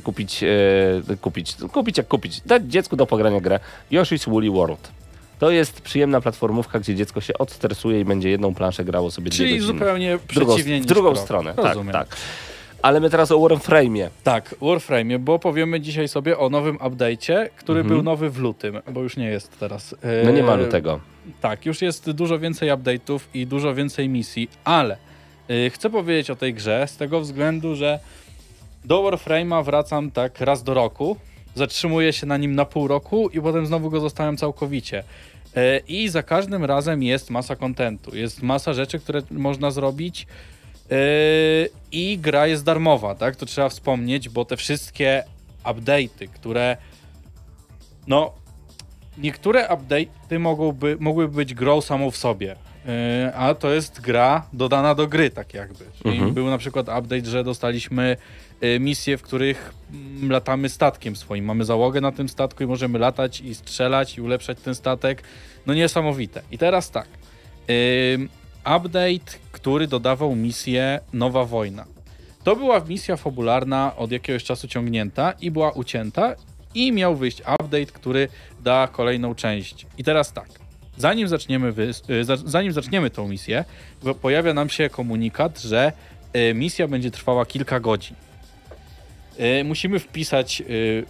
kupić, dać dziecku do pogrania grę Yoshi's Woolly World. To jest przyjemna platformówka, gdzie dziecko się odstresuje i będzie jedną planszę grało sobie 2 godziny. Czyli zupełnie przeciwnie niż w drugą Krok. stronę, Rozumiem. tak. Ale my teraz o Warframe'ie. Tak, Warframe'ie, bo powiemy dzisiaj sobie o nowym update'cie, który był nowy w lutym, bo już nie jest teraz. No nie ma lutego. Tak, już jest dużo więcej update'ów i dużo więcej misji, ale chcę powiedzieć o tej grze z tego względu, że do Warframe'a wracam tak raz do roku, zatrzymuję się na nim na pół roku i potem znowu go zostawiam całkowicie. I za każdym razem jest masa kontentu, jest masa rzeczy, które można zrobić. I gra jest darmowa, tak? To trzeba wspomnieć, bo te wszystkie update'y, które niektóre update'y mogłyby być grą samą w sobie, a to jest gra dodana do gry, tak jakby. Czyli był na przykład update, że dostaliśmy misje, w których latamy statkiem swoim. Mamy załogę na tym statku i możemy latać i strzelać i ulepszać ten statek. No niesamowite. I teraz tak. Update, który dodawał misję Nowa Wojna. To była misja fabularna od jakiegoś czasu ciągnięta i była ucięta i miał wyjść update, który da kolejną część. I teraz tak, zanim zaczniemy tą misję, pojawia nam się komunikat, że misja będzie trwała kilka godzin. Musimy wpisać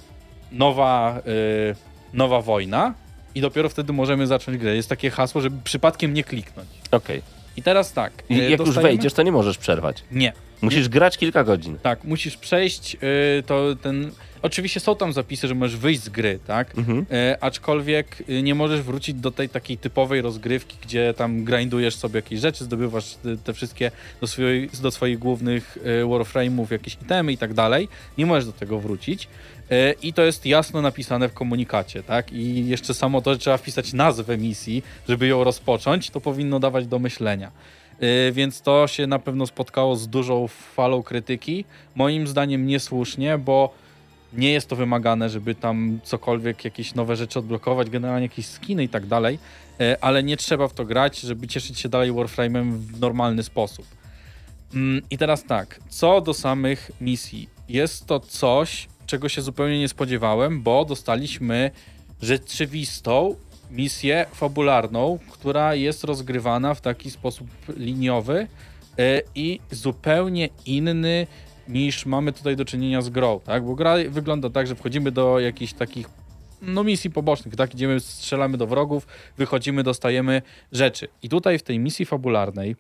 nowa wojna i dopiero wtedy możemy zacząć grę. Jest takie hasło, żeby przypadkiem nie kliknąć. Okej. I teraz tak. Jak już wejdziesz, to nie możesz przerwać. Nie. Musisz grać kilka godzin. Tak, musisz przejść Oczywiście są tam zapisy, że możesz wyjść z gry, tak? Aczkolwiek nie możesz wrócić do tej takiej typowej rozgrywki, gdzie tam grindujesz sobie jakieś rzeczy, zdobywasz te wszystkie do swoich głównych Warframe'ów, jakieś itemy i tak dalej. Nie możesz do tego wrócić. I to jest jasno napisane w komunikacie, tak? I jeszcze samo to, że trzeba wpisać nazwę misji, żeby ją rozpocząć, to powinno dawać do myślenia. Więc to się na pewno spotkało z dużą falą krytyki. Moim zdaniem niesłusznie, bo nie jest to wymagane, żeby tam cokolwiek, jakieś nowe rzeczy odblokować, generalnie jakieś skiny i tak dalej, ale nie trzeba w to grać, żeby cieszyć się dalej Warframe'em w normalny sposób. I teraz tak, co do samych misji. Jest to coś, czego się zupełnie nie spodziewałem, bo dostaliśmy rzeczywistą misję fabularną, która jest rozgrywana w taki sposób liniowy i zupełnie inny niż mamy tutaj do czynienia z grą, tak? Bo gra wygląda tak, że wchodzimy do jakichś takich misji pobocznych, tak? Idziemy, strzelamy do wrogów, wychodzimy, dostajemy rzeczy. I tutaj w tej misji fabularnej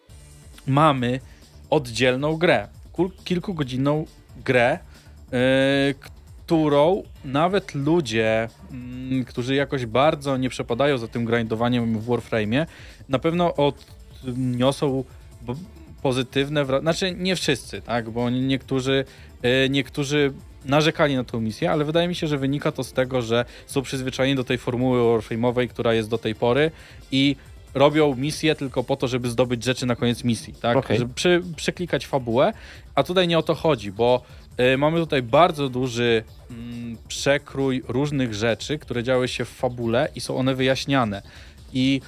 mamy oddzielną grę, kilkugodzinną grę, którą nawet ludzie, którzy jakoś bardzo nie przepadają za tym grindowaniem w Warframe'ie, na pewno odniosą pozytywne znaczy nie wszyscy, tak, bo niektórzy narzekali na tę misję, ale wydaje mi się, że wynika to z tego, że są przyzwyczajeni do tej formuły Warframe'owej, która jest do tej pory i robią misję tylko po to, żeby zdobyć rzeczy na koniec misji, tak, żeby przeklikać fabułę, a tutaj nie o to chodzi, bo mamy tutaj bardzo duży przekrój różnych rzeczy, które działy się w fabule i są one wyjaśniane. I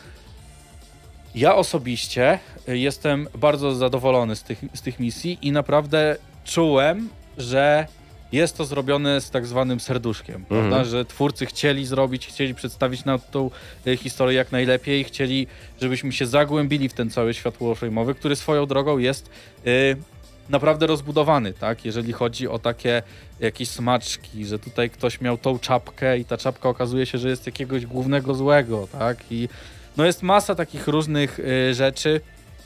ja osobiście jestem bardzo zadowolony z tych misji i naprawdę czułem, że jest to zrobione z tak zwanym serduszkiem, prawda? Że twórcy chcieli przedstawić nam tą historię jak najlepiej, chcieli, żebyśmy się zagłębili w ten cały świat Warframe'owy, który swoją drogą jest naprawdę rozbudowany, tak? Jeżeli chodzi o takie jakieś smaczki, że tutaj ktoś miał tą czapkę i ta czapka okazuje się, że jest jakiegoś głównego złego, tak? I no jest masa takich różnych rzeczy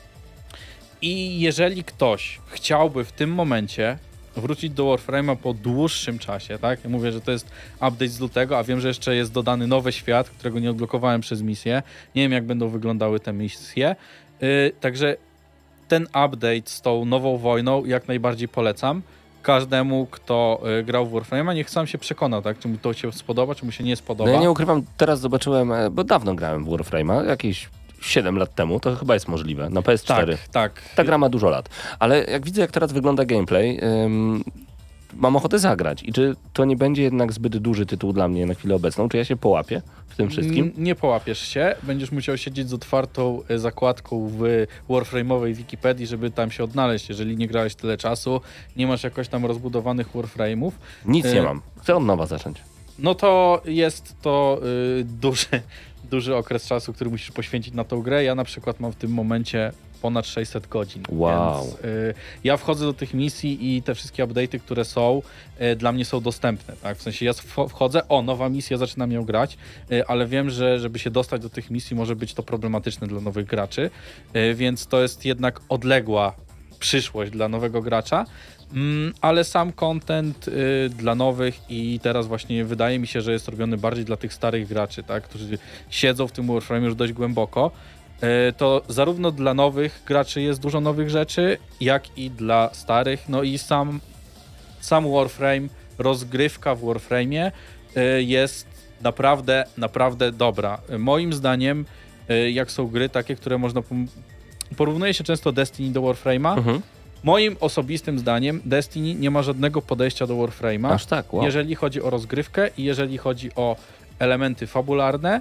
i jeżeli ktoś chciałby w tym momencie wrócić do Warframe'a po dłuższym czasie, tak? Ja mówię, że to jest update z lutego, a wiem, że jeszcze jest dodany nowy świat, którego nie odblokowałem przez misję. Nie wiem, jak będą wyglądały te misje. Także ten update z tą nową wojną jak najbardziej polecam każdemu, kto grał w Warframe'a, niech sam się przekona, tak? Czy mu to się spodoba, czy mu się nie spodoba. No ja nie ukrywam, teraz zobaczyłem, bo dawno grałem w Warframe'a, jakieś 7 lat temu, to chyba jest możliwe, na PS4. Tak. Ta gra ma dużo lat. Ale jak widzę, jak teraz wygląda gameplay, mam ochotę zagrać. I czy to nie będzie jednak zbyt duży tytuł dla mnie na chwilę obecną? Czy ja się połapię w tym wszystkim? Nie połapiesz się. Będziesz musiał siedzieć z otwartą zakładką w Warframe'owej Wikipedii, żeby tam się odnaleźć. Jeżeli nie grałeś tyle czasu, nie masz jakoś tam rozbudowanych Warframe'ów. Nic nie mam. Chcę od nowa zacząć. No to jest to duży okres czasu, który musisz poświęcić na tą grę. Ja na przykład mam w tym momencie ponad 600 godzin. Wow. Więc ja wchodzę do tych misji i te wszystkie update'y, które są, dla mnie są dostępne. Tak? W sensie ja wchodzę, nowa misja, zaczynam ją grać, ale wiem, że żeby się dostać do tych misji, może być to problematyczne dla nowych graczy, więc to jest jednak odległa przyszłość dla nowego gracza. Ale sam content dla nowych i teraz właśnie wydaje mi się, że jest robiony bardziej dla tych starych graczy, tak, którzy siedzą w tym Warframe już dość głęboko, to zarówno dla nowych graczy jest dużo nowych rzeczy, jak i dla starych. No i sam Warframe, rozgrywka w Warframe'ie jest naprawdę dobra. Moim zdaniem, jak są gry takie, które można... Porównuje się często Destiny do Warframe'a. Moim osobistym zdaniem Destiny nie ma żadnego podejścia do Warframe'a, aż tak, wow. Jeżeli chodzi o rozgrywkę i jeżeli chodzi o elementy fabularne,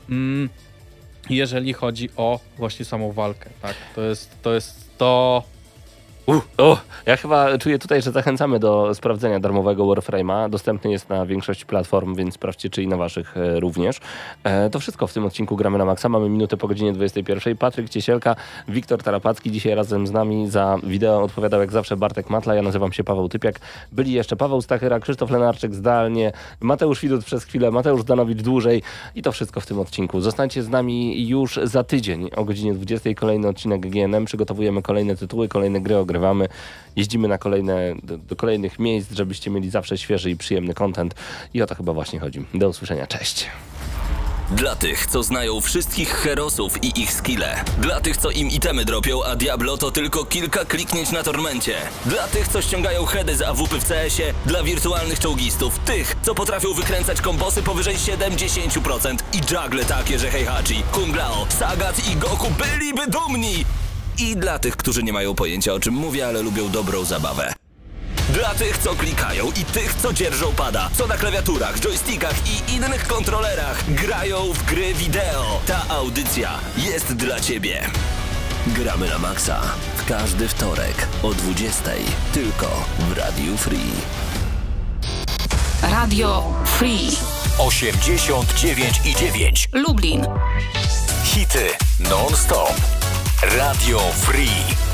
jeżeli chodzi o właśnie samą walkę. Tak? To jest to... Ja chyba czuję tutaj, że zachęcamy do sprawdzenia darmowego Warframe'a. Dostępny jest na większości platform, więc sprawdźcie, czy i na waszych również. To wszystko w tym odcinku Gramy na Maxa. Mamy minutę po godzinie 21. Patryk Ciesielka, Wiktor Tarapacki dzisiaj razem z nami. Za wideo odpowiadał jak zawsze Bartek Matla. Ja nazywam się Paweł Typiak. Byli jeszcze Paweł Stachyra, Krzysztof Lenarczyk zdalnie, Mateusz Widut przez chwilę, Mateusz Danowicz dłużej. I to wszystko w tym odcinku. Zostańcie z nami już za tydzień o godzinie 20. Kolejny odcinek GNM. Przygotowujemy kolejne tytuły, kolejne gry ogrywamy. Jeździmy na do kolejnych miejsc, żebyście mieli zawsze świeży i przyjemny content. I o to chyba właśnie chodzi. Do usłyszenia. Cześć. Dla tych, co znają wszystkich herosów i ich skille. Dla tych, co im itemy dropią, a Diablo to tylko kilka kliknięć na tormencie. Dla tych, co ściągają heady z AWP w CS-ie. Dla wirtualnych czołgistów. Tych, co potrafią wykręcać kombosy powyżej 70% i juggle takie, że Heihachi, Kung Lao, Sagat i Goku byliby dumni. I dla tych, którzy nie mają pojęcia, o czym mówię, ale lubią dobrą zabawę. Dla tych, co klikają i tych, co dzierżą pada, co na klawiaturach, joystickach i innych kontrolerach grają w gry wideo. Ta audycja jest dla Ciebie. Gramy na Maxa w każdy wtorek o 20:00 tylko w Radiu Free. Radio Free 89,9 Lublin. Hity non-stop. Radio Free.